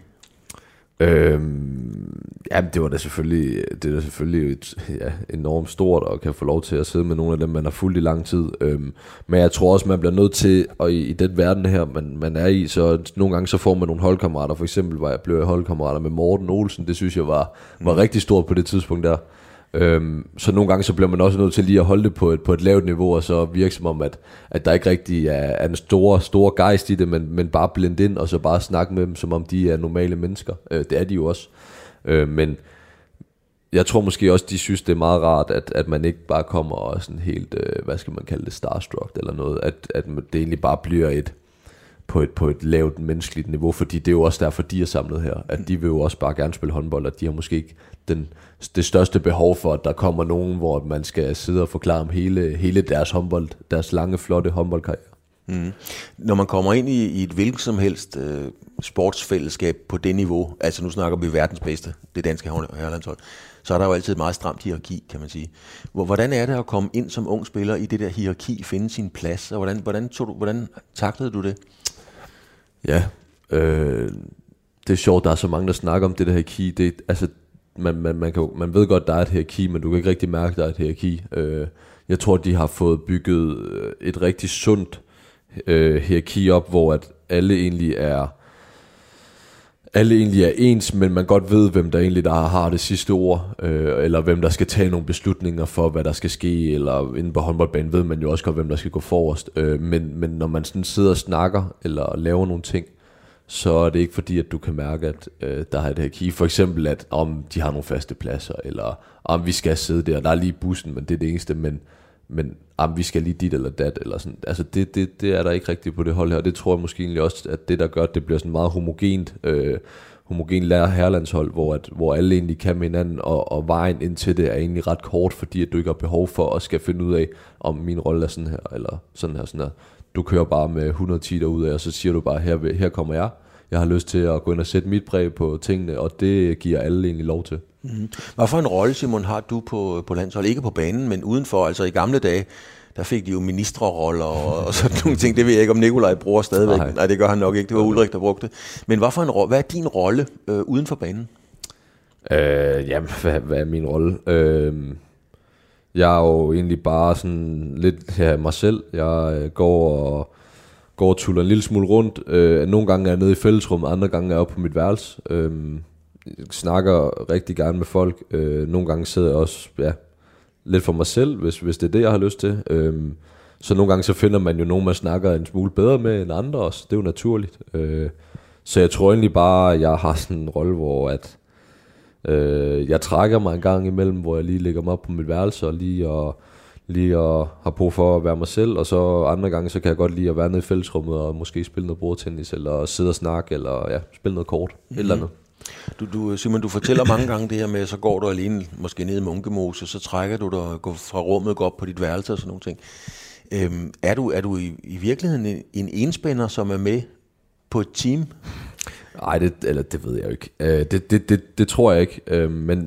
Øhm, jamen det var da selvfølgelig, det var selvfølgelig et, ja, enormt stort, og kan få lov til at sidde med nogle af dem, man har fulgt i lang tid. Øhm, men jeg tror også, man bliver nødt til, og i, i den verden her, man, man er i, så nogle gange så får man nogle holdkammerater. For eksempel var jeg blev holdkammerater med Morten Olsen, det synes jeg var, var mm. rigtig stort på det tidspunkt der. Øhm, så nogle gange så bliver man også nødt til lige at holde det på et, på et lavt niveau, og så virke som om, at, at der ikke rigtig er, er en store, store gejst i det, men, men bare blende ind, og så bare snakke med dem, som om de er normale mennesker. Øh, det er de jo også. Øh, men jeg tror måske også, de synes, det er meget rart, at, at man ikke bare kommer og sådan helt, øh, hvad skal man kalde det, starstruck eller noget, at, at det egentlig bare bliver et på et, på et lavt menneskeligt niveau, fordi det er jo også derfor, de er samlet her, at de vil jo også bare gerne spille håndbold, og de har måske ikke den, det største behov for, at der kommer nogen, hvor man skal sidde og forklare om hele, hele deres håndbold, deres lange, flotte håndboldkarriere. Mm. Når man kommer ind i, i et hvilket som helst øh, sportsfællesskab på det niveau, altså nu snakker vi verdens bedste, det danske herrelandshold, så er der jo altid et meget stramt hierarki, kan man sige. Hvordan er det at komme ind som ung spiller i det der hierarki, finde sin plads, og hvordan, hvordan, tog du, hvordan taklede du det? Ja, øh, det er sjovt, der er så mange, der snakker om det der hierarki. Det, altså, man, man, man, kan, man ved godt, der er et hierarki, men du kan ikke rigtig mærke, at der er et hierarki. Øh, jeg tror, de har fået bygget et rigtig sundt øh, hierarki op, hvor at alle egentlig er alle egentlig er ens, men man godt ved, hvem der egentlig der har det sidste ord, øh, eller hvem der skal tage nogle beslutninger for, hvad der skal ske, eller inde på håndboldbanen ved man jo også godt, hvem der skal gå forrest. Øh, men, men når man sådan sidder og snakker, eller laver nogle ting, så er det ikke fordi, at du kan mærke, at øh, der er det her key. For eksempel, at om de har nogle faste pladser, eller om vi skal sidde der, der er lige bussen, men det er det eneste, men, men om vi skal lige dit eller dat, eller sådan. Altså det, det, det er der ikke rigtigt på det hold her, og det tror jeg måske egentlig også, at det der gør, at det bliver sådan meget homogent, øh, homogen lærer herrelandshold, hvor, at, hvor alle egentlig kan med hinanden, og, og vejen ind til det er egentlig ret kort, fordi at du ikke har behov for at skal finde ud af, om min rolle er sådan her, eller sådan her, sådan her. Du kører bare med hundrede og ti derudad, og så siger du bare, her, her kommer jeg. Jeg har lyst til at gå ind og sætte mit præg på tingene, og det giver alle egentlig lov til. Mm-hmm. Hvad for en rolle, Simon, har du på, på landshold? Ikke på banen, men udenfor. Altså i gamle dage, der fik de jo ministreroller og, og sådan nogle ting. Det ved jeg ikke, om Nikolaj bruger stadigvæk. Nej. Nej, det gør han nok ikke. Det var Ulrik, der brugte det. Men hvad, for en, hvad er din rolle øh, uden for banen? Øh, jamen, hvad, hvad er min rolle? Øh, jeg er jo egentlig bare sådan lidt ja, mig selv. Jeg øh, går og går og tuller en lille smule rundt. Øh, nogle gange er jeg nede i fællesrummet, andre gange er jeg oppe på mit værelse. Øh, snakker rigtig gerne med folk. Øh, nogle gange sidder jeg også ja, lidt for mig selv, hvis, hvis det er det, jeg har lyst til. Øhm, så nogle gange så finder man jo nogen, man snakker en smule bedre med end andre også. Det er jo naturligt. Øh, så jeg tror egentlig bare, at jeg har sådan en rolle, hvor at, øh, jeg trækker mig en gang imellem, hvor jeg lige lægger mig op på mit værelse og lige og lige at have brug for at være mig selv, og så andre gange, så kan jeg godt lide at være nede i fællesrummet og måske spille noget bordtennis, eller sidde og snakke, eller ja, spille noget kort, mm. et eller andet. Du, du, Simon, du fortæller mange gange det her med, så går du alene, måske ned i Munkemose, så trækker du dig og går fra rummet, går op på dit værelse og sådan nogle ting. Øhm, er du, er du i, i virkeligheden en, en enspænder, som er med på et team? Nej, det, eller det ved jeg jo ikke. Øh, det, det, det, det tror jeg ikke, øh, men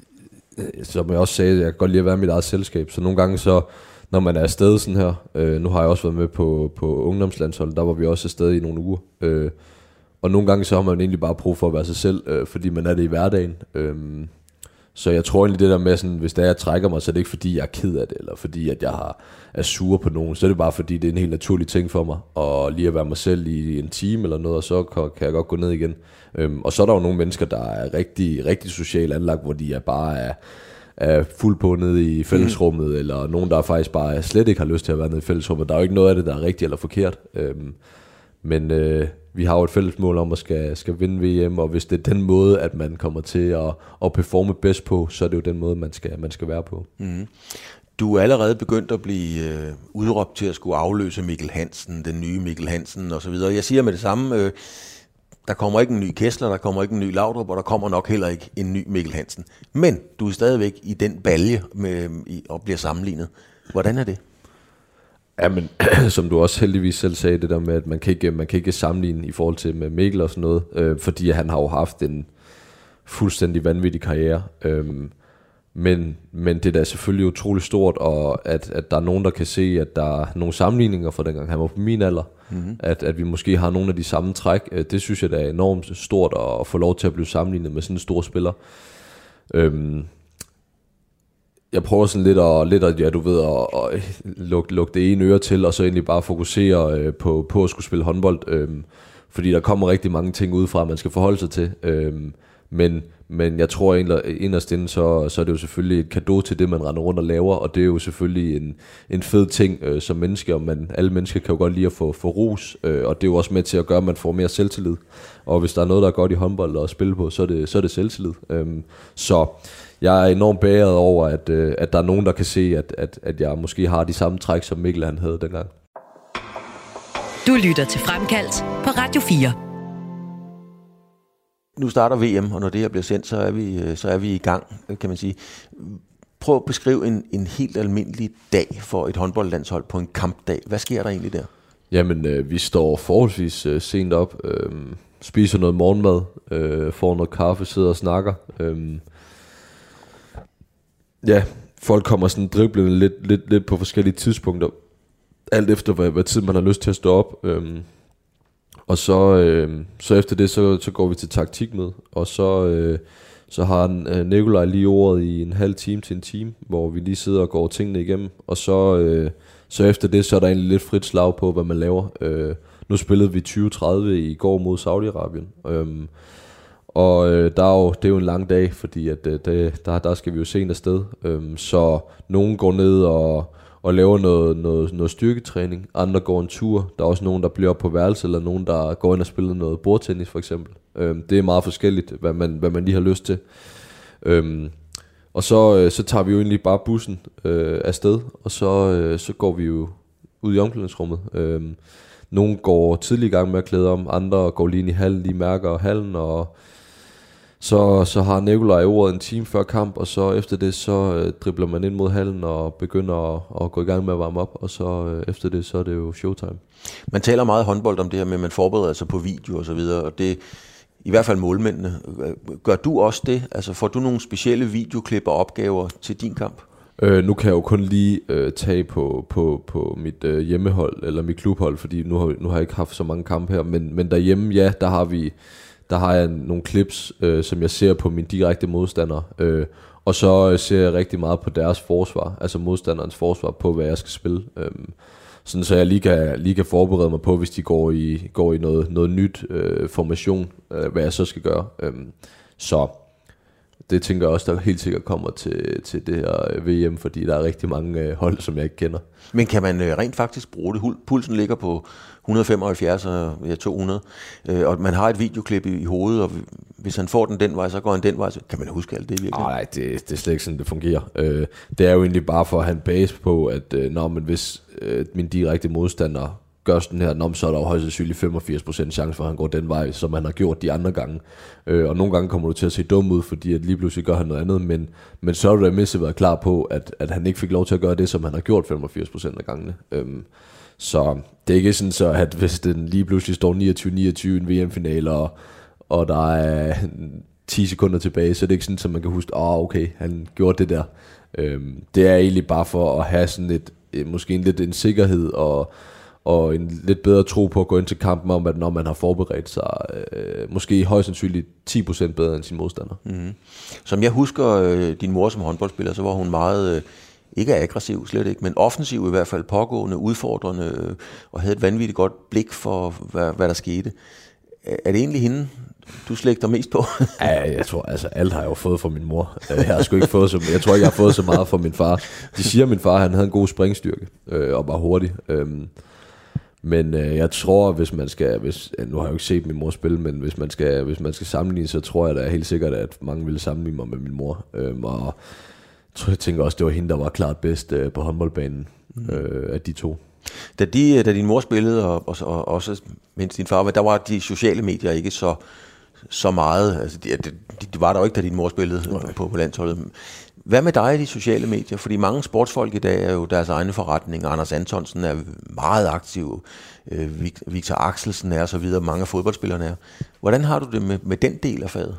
som jeg også sagde, jeg kan godt lide at være i mit eget selskab, så nogle gange så, når man er afsted sådan her, øh, nu har jeg også været med på, på ungdomslandsholdet, der var vi også afsted i nogle uger, øh, og nogle gange så har man egentlig bare brug for at være sig selv, øh, fordi man er det i hverdagen, øh, så jeg tror egentlig det der med, sådan, hvis det er, jeg trækker mig, så er det ikke fordi, jeg er ked af det, eller fordi, at jeg har, er sur på nogen, så er det bare fordi, det er en helt naturlig ting for mig, og lige at være mig selv i en time eller noget, og så kan jeg godt gå ned igen. Øhm, og så er der jo nogle mennesker, der er rigtig, rigtig socialt anlagt, hvor de er bare er, er fuldt på nede i fællesrummet, mm. eller nogen, der faktisk bare slet ikke har lyst til at være nede i fællesrummet. Der er jo ikke noget af det, der er rigtigt eller forkert. Øhm, men øh, vi har jo et fælles mål om at skal, skal vinde V M, og hvis det er den måde, at man kommer til at, at performe bedst på, så er det jo den måde, man skal, man skal være på. Mm. Du er allerede begyndt at blive øh, udråbt til at skulle afløse Mikkel Hansen, den nye Mikkel Hansen osv. Jeg siger med det samme, øh, der kommer ikke en ny Kessler, der kommer ikke en ny Laudrup, og der kommer nok heller ikke en ny Mikkel Hansen. Men du er stadigvæk i den balje med, i, og bliver sammenlignet. Hvordan er det? Jamen, som du også heldigvis selv sagde, det der med, at man kan ikke, man kan ikke sammenligne i forhold til med Mikkel og sådan noget, øh, fordi han har jo haft en fuldstændig vanvittig karriere. Øh, men, men det er da selvfølgelig utroligt stort, og at, at der er nogen, der kan se, at der er nogle sammenligninger fra dengang han var på min alder, mm-hmm. at, at vi måske har nogle af de samme træk. Det synes jeg da er enormt stort at få lov til at blive sammenlignet med sådan en stor spiller. Øhm, jeg prøver sådan lidt at, lidt at ja, du ved, at, at lukke, lukke det ene øre til, og så egentlig bare fokusere øh, på, på at skulle spille håndbold, øh, fordi der kommer rigtig mange ting udefra, man skal forholde sig til. Øh, men, men jeg tror inderst inde, så, så er det jo selvfølgelig et cadeau til det, man render rundt og laver, og det er jo selvfølgelig en, en fed ting øh, som menneske, og man, alle mennesker kan jo godt lide at få, få ros, øh, og det er jo også med til at gøre, at man får mere selvtillid. Og hvis der er noget, der er godt i håndbold og spille på, så er det, så er det selvtillid. Øh, så jeg er enormt bæret over, at, øh, at der er nogen, der kan se, at, at, at jeg måske har de samme træk, som Mikkel han havde dengang. Du lytter til Fremkaldt på Radio fire. Nu starter V M, og når det her bliver sendt, så er vi, så er vi i gang, kan man sige. Prøv at beskrive en, en helt almindelig dag for et håndboldlandshold på en kampdag. Hvad sker der egentlig der? Jamen, øh, vi står forholdsvis øh, sent op, øh, spiser noget morgenmad, øh, får noget kaffe, sidder og snakker. Øh, ja, folk kommer sådan driblende lidt, lidt, lidt på forskellige tidspunkter, alt efter hvad, hvad tid man har lyst til at stå op. Øh, Og så, øh, så efter det, så, så går vi til taktikmøde, og så, øh, så har øh, Nikolaj lige ordet i en halv time til en time, hvor vi lige sidder og går tingene igennem, og så, øh, så efter det, så er der egentlig lidt frit slag på, hvad man laver. Øh, nu spillede vi tyve tredive i går mod Saudi-Arabien, øh, og øh, der er jo, det er jo en lang dag, fordi at, øh, det, der, der skal vi jo sent afsted, øh, så nogen går ned og... og laver noget, noget, noget styrketræning. Andre går en tur. Der er også nogen, der bliver op på værelse, eller nogen, der går ind og spiller noget bordtennis, for eksempel. Øhm, det er meget forskelligt, hvad man, hvad man lige har lyst til. Øhm, og så, øh, så tager vi jo egentlig bare bussen øh, afsted, og så, øh, så går vi jo ud i omklædningsrummet. Øhm, nogle går tidlig i gang med at klæde om, andre går lige ind i hallen, lige mærker hallen, og Så, så har Nikolaj ordet en time før kamp, og så efter det, så øh, dribler man ind mod hallen og begynder at, at gå i gang med at varme op, og så øh, efter det, så er det jo showtime. Man taler meget håndbold om det her med, at man forbereder sig på video og så videre, og det i hvert fald målmændene. Gør du også det? Altså får du nogle specielle videoklip og opgaver til din kamp? Øh, nu kan jeg jo kun lige øh, tage på, på, på mit øh, hjemmehold, eller mit klubhold, fordi nu har, nu har jeg ikke haft så mange kampe her, men, men derhjemme, ja, der har vi... Der har jeg nogle clips, øh, som jeg ser på mine direkte modstandere, øh, og så øh, ser jeg rigtig meget på deres forsvar, altså modstanderens forsvar, på hvad jeg skal spille, øh, sådan så jeg lige kan, lige kan forberede mig på, hvis de går i, går i noget, noget nyt øh, formation, øh, hvad jeg så skal gøre. Øh, så det tænker jeg også, der helt sikkert kommer til, til det her V M, fordi der er rigtig mange øh, hold, som jeg ikke kender. Men kan man øh, rent faktisk bruge det? Pulsen ligger på et hundrede og femoghalvfjerds og ja, to hundrede, øh, og man har et videoklip i, i hovedet, og hvis han får den den vej, så går han den vej. Så kan man huske alt det virkelig? Nej, det, det er slet ikke sådan, det fungerer. Øh, det er jo egentlig bare for at have en base på, at øh, når man, hvis øh, min direkte modstander gør sådan her, nå, så er der jo højst sandsynligt femogfirs procent chance for, at han går den vej, som han har gjort de andre gange. Øh, og nogle gange kommer du til at se dum ud, fordi at lige pludselig gør han noget andet, men, men så har du da mindst været klar på, at, at han ikke fik lov til at gøre det, som han har gjort femogfirs procent af gangene. Øh, så det er ikke sådan så, at hvis den lige pludselig står niogtyve niogtyve i en V M-finale, og, og der er ti sekunder tilbage, så det er ikke sådan, at man kan huske, åh oh, okay, han gjorde det der. Øh, det er egentlig bare for at have sådan et, måske en lidt en sikkerhed, og og en lidt bedre tro på at gå ind til kampen om, at når man har forberedt sig, øh, måske højst sandsynligt ti procent bedre end sin modstander. Mm-hmm. Som jeg husker øh, din mor som håndboldspiller, så var hun meget, øh, ikke aggressiv, slet ikke, men offensiv i hvert fald, pågående, udfordrende, øh, og havde et vanvittigt godt blik for, hvad, hvad der skete. Er det egentlig hende, du slægter mest på? Ja, jeg tror, altså alt har jeg jo fået fra min mor. Jeg har sgu ikke fået så, jeg tror ikke, jeg har fået så meget fra min far. De siger, at min far, han havde en god springstyrke, øh, og var hurtig. Øh, Men øh, jeg tror, hvis man skal, hvis, nu har jeg jo ikke set min mor spille, men hvis man skal, hvis man skal sammenligne, så tror jeg da helt sikkert, at mange ville sammenligne mig med min mor. Øhm, og jeg tænker også, det var hende, der var klart bedst øh, på håndboldbanen mm. øh, af de to. Da, de, da din mor spillede, og, og, og også mens din far var, der var de sociale medier ikke så, så meget. Altså, de, de, de var der jo ikke, da din mor spillede på, på landsholdet. Hvad med dig i de sociale medier? Fordi mange sportsfolk i dag er jo deres egne forretninger. Anders Antonsen er meget aktiv. Victor Axelsen er og så videre. Mange af fodboldspillerne er. Hvordan har du det med, med den del af faget?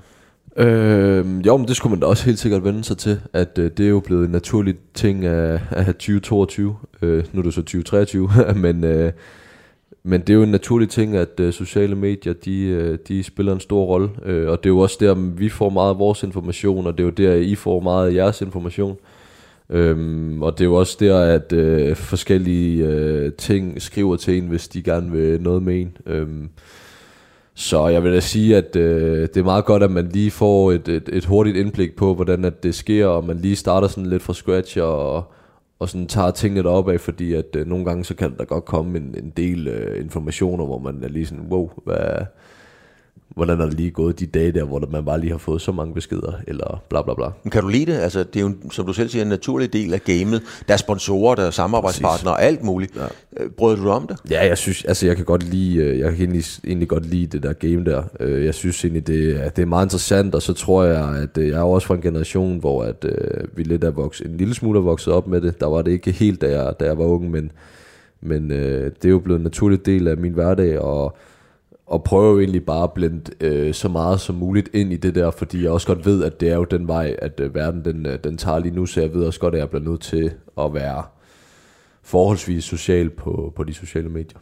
Øh, jo, men det skulle man da også helt sikkert vende sig til. At øh, det er jo blevet en naturlig ting af, af tyve toogtyve. Øh, nu er det så tyve treogtyve. men... Øh, Men det er jo en naturlig ting, at øh, sociale medier, de, øh, de spiller en stor rolle, øh, og det er jo også der, vi får meget af vores information, og det er jo der, I får meget af jeres information. Øhm, og det er jo også der, at øh, forskellige øh, ting skriver til en, hvis de gerne vil noget med en. Øhm, så jeg vil da sige, at øh, det er meget godt, at man lige får et, et, et hurtigt indblik på, hvordan at det sker, og man lige starter sådan lidt fra scratch, og og sådan tager tingene deroppe af, fordi at øh, nogle gange så kan der godt komme en, en del øh, informationer, hvor man er lige sådan, wow, hvad, hvordan er det lige gået de dage der, hvor man bare lige har fået så mange beskeder, eller bla bla bla. Men kan du lide det? Altså, det er jo, som du selv siger, en naturlig del af gamet. Der er sponsorer, der er samarbejdspartnere og alt muligt. Ja. Brød du om det? Ja, jeg synes, altså jeg kan godt lide, jeg kan egentlig, egentlig godt lide det der game der. Jeg synes egentlig, det, det er meget interessant, og så tror jeg, at jeg er også fra en generation, hvor at, uh, vi lidt er vokset, en lille smule er vokset op med det. Der var det ikke helt, da jeg, da jeg var ung, men, men uh, det er jo blevet en naturlig del af min hverdag, og og prøver egentlig bare at blende øh, så meget som muligt ind i det der, fordi jeg også godt ved, at det er jo den vej, at øh, verden den, øh, den tager lige nu, så jeg ved også godt, at jeg bliver nødt til at være forholdsvis social på, på de sociale medier.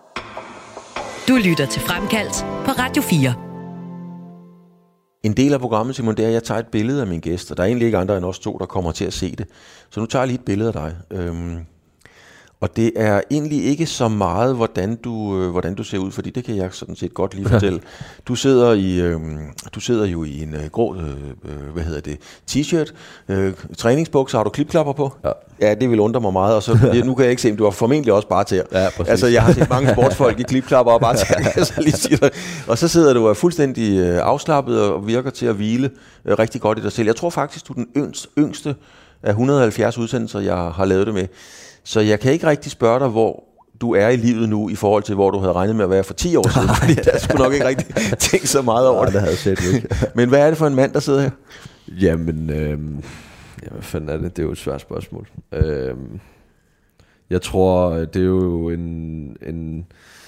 Du lytter til Fremkaldt på Radio fire. En del af programmet, Simon, det er, at jeg tager et billede af min gæst, og der er egentlig ikke andre end os to, der kommer til at se det. Så nu tager jeg lige et billede af dig. Øhm Og det er egentlig ikke så meget, hvordan du, øh, hvordan du ser ud, fordi det kan jeg sådan set godt lige fortælle. Du sidder i, øh, du sidder jo i en øh, grå, øh, hvad hedder det, t-shirt, øh, træningsbukser. Har du klipklapper på? Ja. Ja, det vil undre mig meget. Og så nu kan jeg ikke se, men du har formentlig også bare til. Ja, altså, jeg har set mange sportsfolk i klipklapper og bare til. Så lige sige det. Og så sidder du fuldstændig øh, afslappet og virker til at hvile øh, rigtig godt i dig selv. Jeg tror faktisk, du er den yngste, yngste af et hundrede og halvfjerds udsendelser, jeg har lavet det med. Så jeg kan ikke rigtig spørge dig, hvor du er i livet nu, i forhold til, hvor du havde regnet med at være for ti år siden, fordi der skulle nok ikke rigtig tænke så meget over Nej, det. det havde jeg set ikke. Men hvad er det for en mand, der sidder her? Jamen, øh, ja, hvad fanden er det? Det er jo et svært spørgsmål. Øh, jeg tror, det er jo en... en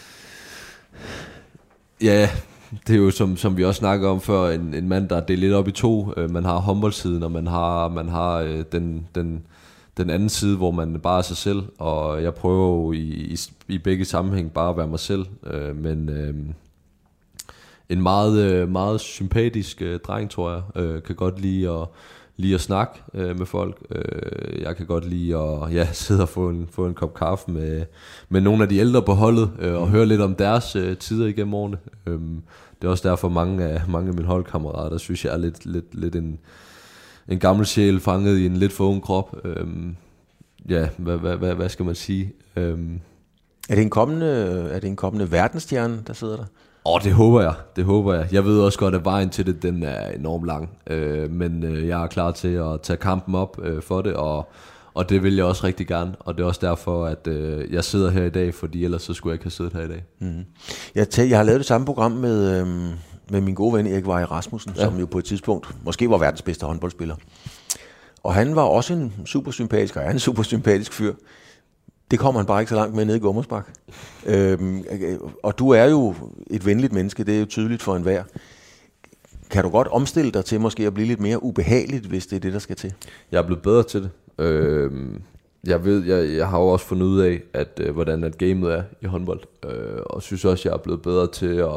ja, det er jo, som, som vi også snakkede om før, en, en mand, der er delt lidt op i to. Øh, man har håndboldsiden, og man har, man har øh, den... den den anden side, hvor man bare er sig selv, og jeg prøver jo i, i, i begge sammenhæng bare at være mig selv, øh, men øh, en meget, øh, meget sympatisk øh, dreng, tror jeg, øh, kan godt lide at lide at snakke øh, med folk. Øh, jeg kan godt lide at ja, sidde og få en, få en kop kaffe med, med nogle af de ældre på holdet, øh, og høre lidt om deres øh, tider igennem årene. Øh, det er også derfor mange af, mange af mine holdkammerater, synes jeg er lidt, lidt, lidt en, en gammel sjæl fanget i en lidt for ung krop. Øh, ja, hvad, hvad, hvad, hvad skal man sige? Øh, er det en kommende, er det en kommende verdensstjerne, der sidder der? Åh, oh, det håber jeg, det håber jeg. Jeg ved også godt, at vejen til det, den er enormt lang. Øh, men øh, jeg er klar til at tage kampen op øh, for det, og, og det vil jeg også rigtig gerne. Og det er også derfor, at øh, jeg sidder her i dag, fordi ellers så skulle jeg ikke have siddet her i dag. Mm-hmm. Jeg, tæ- jeg har lavet det samme program med, øhm, med min gode ven Erik Vej Rasmussen, ja. Som jo på et tidspunkt måske var verdens bedste håndboldspiller. Og han var også en super sympatisk, og er en super sympatisk fyr. Det kommer han bare ikke så langt med nede i Gummersbak. Øhm, og du er jo et venligt menneske, det er jo tydeligt for enhver. Kan du godt omstille dig til måske at blive lidt mere ubehageligt, hvis det er det, der skal til? Jeg er blevet bedre til det. Øhm, jeg ved, jeg, jeg har jo også fundet ud af, at øh, hvordan at gamet er i håndbold. Øh, og synes også, jeg er blevet bedre til at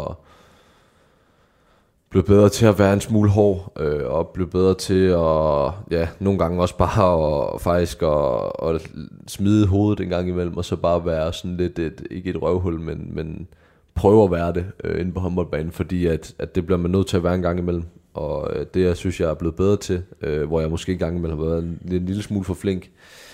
blive bedre til at være en smule hård, øh, og blive bedre til at, ja, nogle gange også bare og, faktisk at, at smide hovedet en gang imellem, og så bare være sådan lidt, et, ikke et røvhul, men, men prøve at være det øh, inde på håndboldbanen, fordi at, at det bliver man nødt til at være en gang imellem, og øh, det jeg synes, jeg er blevet bedre til, øh, hvor jeg måske en gang imellem har været en, en lille smule for flink.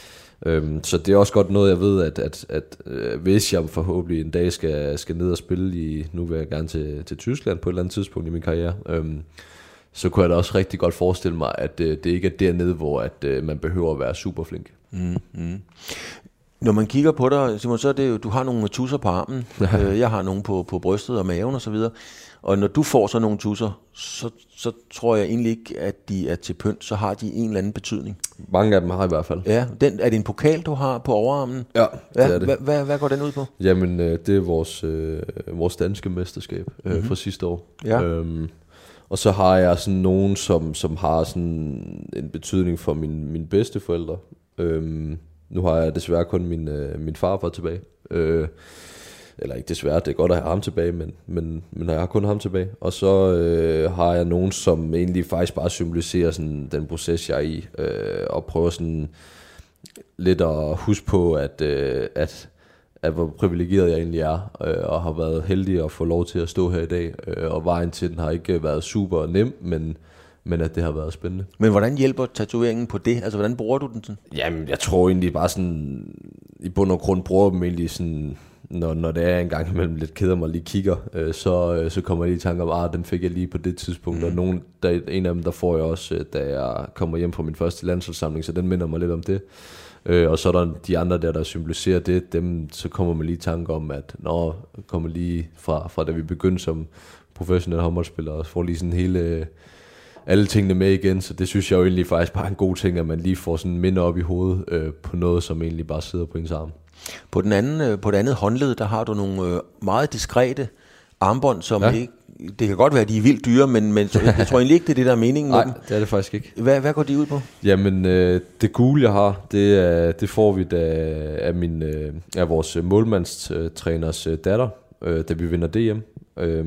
Øhm, så det er også godt noget, jeg ved, at, at, at øh, hvis jeg forhåbentlig en dag skal, skal ned og spille i, nu vil jeg gerne til, til Tyskland på et eller andet tidspunkt i min karriere, øhm, så kunne jeg da også rigtig godt forestille mig, at øh, det ikke er dernede, hvor at, øh, man behøver at være super flink. Mm, mm. Når man kigger på dig, Simon, så er det jo, du har nogle tusser på armen, jeg har nogle på, på brystet og maven og så videre. Og når du får så nogle tusser, så, så tror jeg egentlig ikke, at de er til pynt, så har de en eller anden betydning. Mange af dem har i hvert fald. Ja, den, er det en pokal, du har på overarmen? Ja, det ja, er det. Hvad, hvad, hvad går den ud på? Jamen, øh, det er vores, øh, vores danske mesterskab øh, mm-hmm. fra sidste år. Ja. Øhm, og så har jeg sådan nogen, som, som har sådan en betydning for min, mine bedsteforældre. Øhm, nu har jeg desværre kun min, øh, min farfar tilbage. Øh, eller ikke desværre, det er godt at have ham tilbage, men, men, men jeg har kun ham tilbage. Og så øh, har jeg nogen, som egentlig faktisk bare symboliserer sådan den proces, jeg er i, øh, og prøver sådan lidt at huske på, at, øh, at, at hvor privilegeret jeg egentlig er, øh, og har været heldig at få lov til at stå her i dag. Øh, og vejen til den har ikke været super nem, men, men at det har været spændende. Men hvordan hjælper tatoveringen på det? Altså, hvordan bruger du den sådan? Jamen, jeg tror egentlig bare sådan, i bund og grund bruger dem egentlig sådan, når, når det er en gang imellem lidt keder mig lige kigger, øh, så, øh, så kommer jeg lige i tanke om, ah, den fik jeg lige på det tidspunkt, mm. og nogen, der, en af dem, der får jeg også, øh, da jeg kommer hjem fra min første landsholdssamling, så den minder mig lidt om det. Øh, og så er der de andre der, der symboliserer det, dem, så kommer man lige i tanke om, at når kommer lige fra, fra da vi begyndte som professionelle håndboldspillere, og får lige sådan hele, øh, alle tingene med igen, så det synes jeg jo egentlig faktisk bare er en god ting, at man lige får sådan minder op i hovedet øh, på noget, som egentlig bare sidder på ens arm. På, den anden, på det andet håndled, der har du nogle meget diskrete armbånd, som ja. ikke, det kan godt være, at de er vildt dyre, men, men jeg tror egentlig ikke, det er det, der er meningen med dem. Nej, det er det faktisk ikke. Hvad, hvad går de ud på? Jamen, øh, det gule, jeg har, det, er, det får vi da af, min, øh, af vores målmandstræners øh, datter, øh, da vi vinder D M. Øh,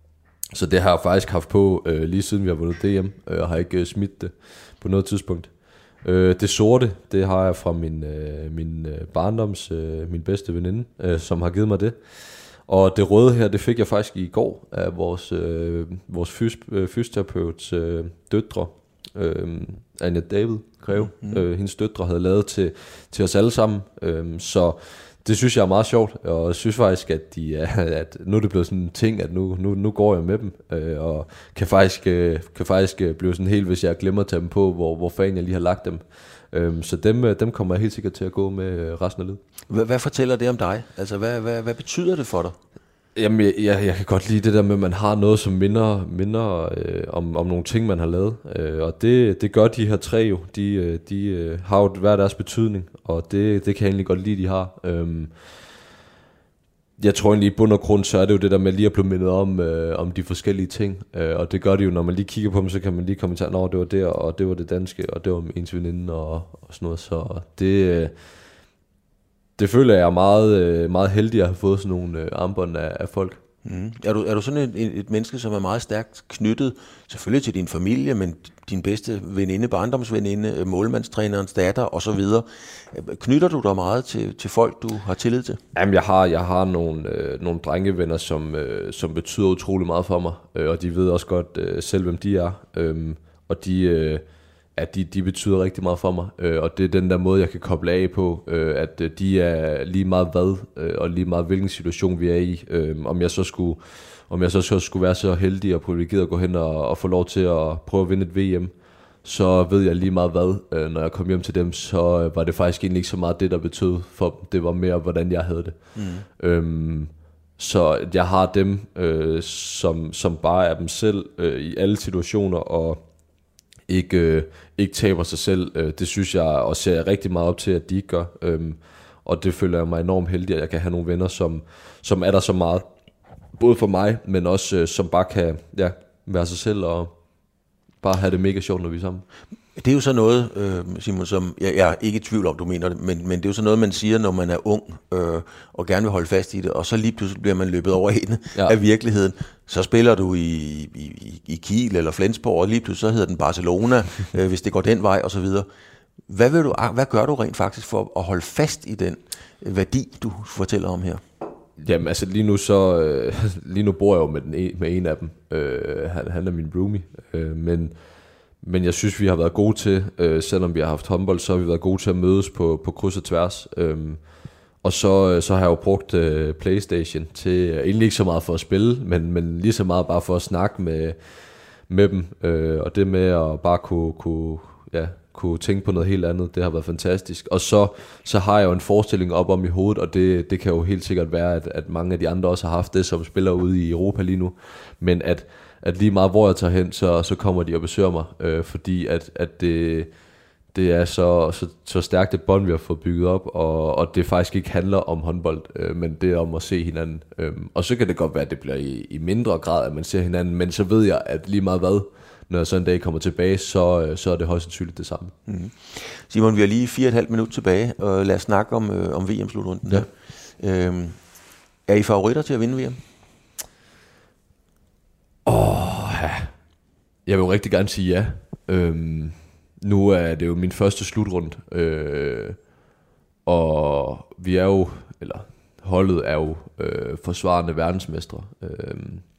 så det har jeg faktisk haft på øh, lige siden vi har vundet D M, øh, og har ikke øh, smidt det på noget tidspunkt. Øh, det sorte, det har jeg fra min, øh, min øh, barndoms, øh, min bedste veninde, øh, som har givet mig det. Og det røde her, det fik jeg faktisk i går af vores, øh, vores fys, øh, fysioterapeuts øh, døtre, øh, Anja David Greve. Mm-hmm. Øh, hendes døtre havde lavet til, til os alle sammen, øh, så det synes jeg er meget sjovt, og jeg synes faktisk, at, de, at nu er det blevet sådan en ting, at nu, nu, nu går jeg med dem, øh, og kan faktisk, øh, kan faktisk blive sådan helt, hvis jeg glemmer at tage dem på, hvor, hvor fanden jeg lige har lagt dem. Øh, så dem, dem kommer jeg helt sikkert til at gå med resten af livet. Hvad, hvad fortæller det om dig? Altså, hvad, hvad, hvad betyder det for dig? Jamen, jeg, jeg, jeg kan godt lide det der med, at man har noget, som minder, minder øh, om, om nogle ting, man har lavet. Øh, og det, det gør de her tre jo. De, de øh, har jo hver deres betydning, og det, det kan jeg egentlig godt lide, de har. Øh, jeg tror egentlig i bund og grund, så er det jo det der med lige at blive mindet om, øh, om de forskellige ting. Øh, og det gør det jo, når man lige kigger på dem, så kan man lige komme til, at det var der, og det var det danske, og det var ens veninde, og, og sådan noget. Så det... Øh, Det føler jeg er meget, meget heldig at have fået sådan nogle øh, armbånd af, af folk. Mm. Er, du, er du sådan et, et, et menneske, som er meget stærkt knyttet, selvfølgelig til din familie, men din bedste veninde, barndomsveninde, målmandstrænerens datter osv. Knytter du dig meget til, til folk, du har tillid til? Jamen, jeg har, jeg har nogle, øh, nogle drengevenner, som, øh, som betyder utrolig meget for mig, øh, og de ved også godt øh, selv, hvem de er, øh, og de... Øh, at de, de betyder rigtig meget for mig, øh, og det er den der måde, jeg kan koble af på, øh, at øh, de er lige meget hvad, øh, og lige meget hvilken situation vi er i. Øh, om jeg så skulle, om jeg så skulle være så heldig og privilegeret at gå hen og, og få lov til at prøve at vinde et V M, så ved jeg lige meget hvad, øh, når jeg kom hjem til dem, så øh, var det faktisk egentlig ikke så meget det, der betød for dem. Det var mere, hvordan jeg havde det. Mm. Øhm, så jeg har dem, øh, som, som bare er dem selv øh, i alle situationer, og ikke, øh, ikke taber sig selv. Øh, det synes jeg og ser jeg rigtig meget op til, at de ikke gør. Øhm, og det føler jeg mig enormt heldig, at jeg kan have nogle venner, som, som er der så meget. Både for mig, men også øh, som bare kan ja, være sig selv og bare have det mega sjovt, når vi er sammen. Det er jo så noget, øh, Simon, som jeg, jeg er ikke i tvivl om, du mener det, men, men det er jo så noget, man siger, når man er ung øh, og gerne vil holde fast i det, og så lige pludselig bliver man løbet over ende ja. af virkeligheden. Så spiller du i, i, i Kiel eller Flensborg, og lige pludselig så hedder den Barcelona, øh, hvis det går den vej osv. Hvad, vil du, hvad gør du rent faktisk for at holde fast i den værdi, du fortæller om her? Jamen altså lige nu så øh, lige nu bor jeg jo med, den e, med en af dem. Øh, han, han er min roomie, øh, men Men jeg synes, vi har været gode til, øh, selvom vi har haft håndbold, så har vi været gode til at mødes på, på kryds og tværs. Øhm, og så, så har jeg jo brugt øh, PlayStation til, øh, egentlig ikke så meget for at spille, men, men lige så meget bare for at snakke med, med dem. Øh, og det med at bare kunne, kunne, ja, kunne tænke på noget helt andet, det har været fantastisk. Og så, så har jeg jo en forestilling op om i hovedet, og det, det kan jo helt sikkert være, at, at mange af de andre også har haft det, som spiller ude i Europa lige nu. Men at at lige meget hvor jeg tager hen, så, så kommer de og besøger mig, øh, fordi at, at det, det er så, så, så stærkt et bånd, vi har fået bygget op, og, og det faktisk ikke handler om håndbold, øh, men det er om at se hinanden. Øh, og så kan det godt være, at det bliver i, i mindre grad, at man ser hinanden, men så ved jeg, at lige meget hvad, når jeg så en dag kommer tilbage, så, så er det højst sandsynligt det samme. Mm-hmm. Simon, vi har lige fire og et halvt minut tilbage, og lad os snakke om, øh, om V M-slutrunden. Ja. Øh, er I favoritter til at vinde V M? Åh, oh, ja. Jeg vil jo rigtig gerne sige ja. Øhm, nu er det jo min første slutrunde, øh, og vi er jo, eller holdet er jo øh, forsvarende verdensmestre. Øh,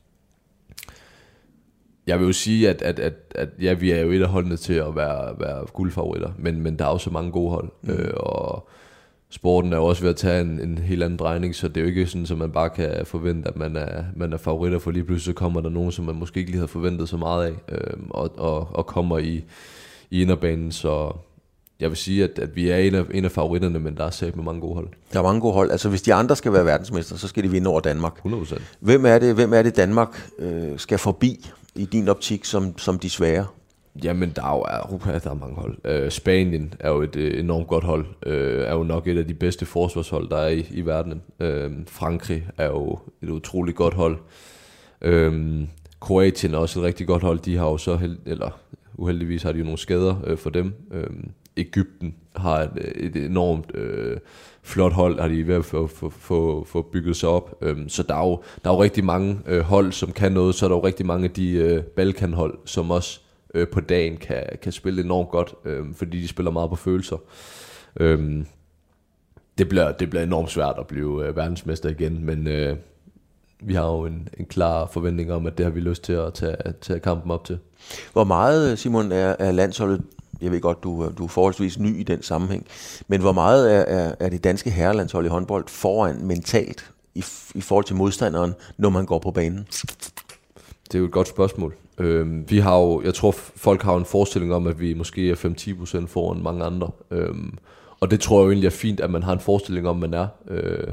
jeg vil jo sige, at, at, at, at ja, vi er jo et af holdene til at være, være guldfavoritter, men, men der er også mange gode hold, mm. øh, og sporten er jo også ved at tage en, en helt anden drejning, så det er jo ikke sådan, at man bare kan forvente, at man er, man er favoritter, for lige pludselig så kommer der nogen, som man måske ikke lige havde forventet så meget af, øh, og, og, og kommer i, i inderbanen, så jeg vil sige, at, at vi er en af, en af favoritterne, men der er sat med mange gode hold. Der er mange gode hold. Altså hvis de andre skal være verdensmester, så skal de vinde over Danmark. hundrede procent. Hvem er det, hvem er det Danmark øh, skal forbi i din optik som, som de svære? Jamen, der er jo Europa, der er mange hold. Øh, Spanien er jo et øh, enormt godt hold. Øh, er jo nok et af de bedste forsvarshold, der er i, i verdenen. Øh, Frankrig er jo et utroligt godt hold. Øh, Kroatien er også et rigtig godt hold. De har jo så, held, eller uheldigvis har de jo nogle skader øh, for dem. Øh, Egypten har et, et enormt øh, flot hold, har de ved at få, få, få, få bygget sig op. Øh, så der er, jo, der er jo rigtig mange øh, hold, som kan noget. Så er der jo rigtig mange af de øh, Balkanhold, som også på dagen kan, kan spille enormt godt, øh, fordi de spiller meget på følelser. Øh, det, bliver, det bliver enormt svært at blive øh, verdensmester igen, men øh, vi har jo en, en klar forventning om, at det har vi lyst til at tage, tage kampen op til. Hvor meget, Simon, er, er landsholdet, jeg ved godt, du, du er forholdsvis ny i den sammenhæng, men hvor meget er, er, er det danske herrelandshold i håndbold foran mentalt i, i forhold til modstanderen, når man går på banen? Det er jo et godt spørgsmål. Øhm, vi har jo, jeg tror folk har en forestilling om, at vi måske er fem til ti procent foran mange andre, øhm, og det tror jeg jo egentlig er fint, at man har en forestilling om, man er. Øh,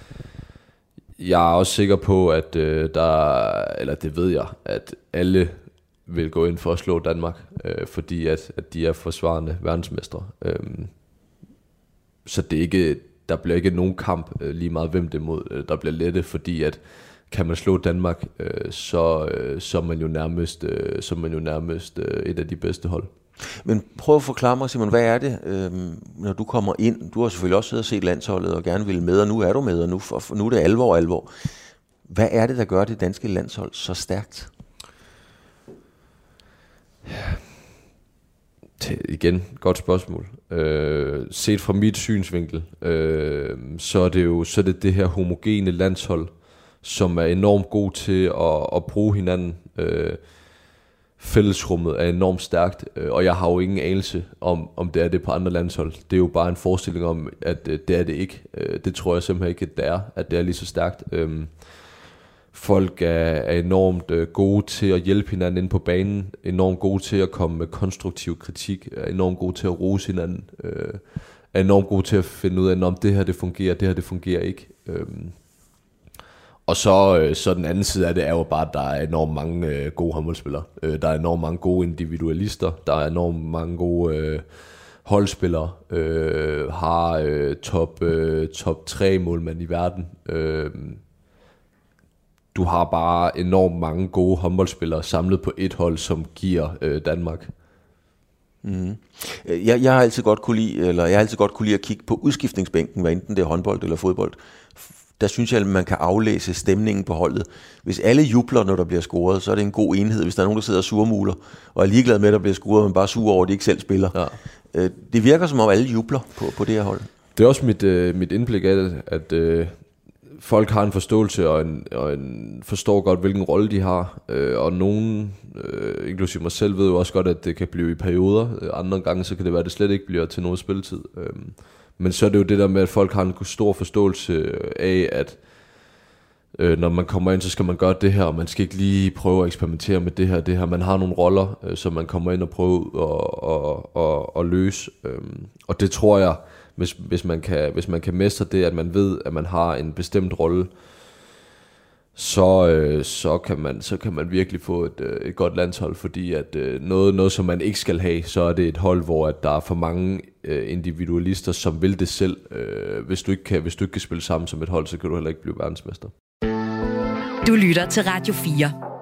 jeg er også sikker på, at øh, der, eller det ved jeg, at alle vil gå ind for at slå Danmark, øh, fordi at, at de er forsvarende verdensmestre. Øhm, så det er ikke, der bliver ikke nogen kamp øh, lige meget hvem det er mod, øh, der bliver lette, fordi at kan man slå Danmark, øh, så, øh, så er man jo nærmest, øh, så er man jo nærmest øh, et af de bedste hold. Men prøv at forklare mig, Simon, hvad er det, øh, når du kommer ind? Du har selvfølgelig også siddet og set landsholdet og gerne ville med, og nu er du med, og nu, for, nu er det alvor alvor. Hvad er det, der gør det danske landshold så stærkt? Ja. Igen, godt spørgsmål. Øh, set fra mit synsvinkel, øh, så er det jo så er det, det her homogene landshold, som er enormt god til at, at bruge hinanden. Øh, fællesrummet er enormt stærkt, øh, og jeg har jo ingen anelse om, om det er det på andre landshold. Det er jo bare en forestilling om, at øh, det er det ikke. Øh, det tror jeg simpelthen ikke, at det er, at det er lige så stærkt. Øh, folk er, er enormt øh, gode til at hjælpe hinanden ind på banen, enormt gode til at komme med konstruktiv kritik, er enormt gode til at rose hinanden, øh, er enormt gode til at finde ud af, om det her det fungerer, det her det fungerer ikke. Øh, Og så, så den anden side af det er jo bare, at der er enormt mange øh, gode håndboldspillere. Øh, der er enormt mange gode individualister. Der er enormt mange gode øh, holdspillere. Øh, har øh, top, øh, top tre målmænd i verden. Øh, du har bare enormt mange gode håndboldspillere samlet på et hold, som giver øh, Danmark. Mm. Jeg, jeg har altid godt kunne lide, eller jeg har altid godt kunne lide at kigge på udskiftningsbænken, hvad enten det er håndbold eller fodbold. Der synes jeg, at man kan aflæse stemningen på holdet. Hvis alle jubler, når der bliver scoret, så er det en god enhed. Hvis der er nogen, der sidder og surmuler, og er ligeglad med, at der bliver scoret, men bare sur over, at de ikke selv spiller. Ja. Det virker som om, alle jubler på, på det her hold. Det er også mit, øh, mit indblik af det, at øh, folk har en forståelse og, en, og en forstår godt, hvilken rolle de har. Øh, og nogen, øh, inklusive mig selv, ved jo også godt, at det kan blive i perioder. Andre gange, så kan det være, at det slet ikke bliver til noget spilletid. Øh, Men så er det jo det der med, at folk har en stor forståelse af, at øh, når man kommer ind, så skal man gøre det her, og man skal ikke lige prøve at eksperimentere med det her det her. Man har nogle roller, øh, som man kommer ind og prøver at og, og, og løse. Øhm, og det tror jeg, hvis, hvis, man kan, hvis man kan mestre det, at man ved, at man har en bestemt rolle, så, øh, så, kan man, så kan man virkelig få et, øh, et godt landshold, fordi at øh, noget, noget, som man ikke skal have, så er det et hold, hvor at der er for mange øh, individualister, som vil det selv. Øh, hvis, du ikke kan, hvis du ikke kan spille sammen som et hold, så kan du heller ikke blive verdensmester. Du lytter til Radio fire.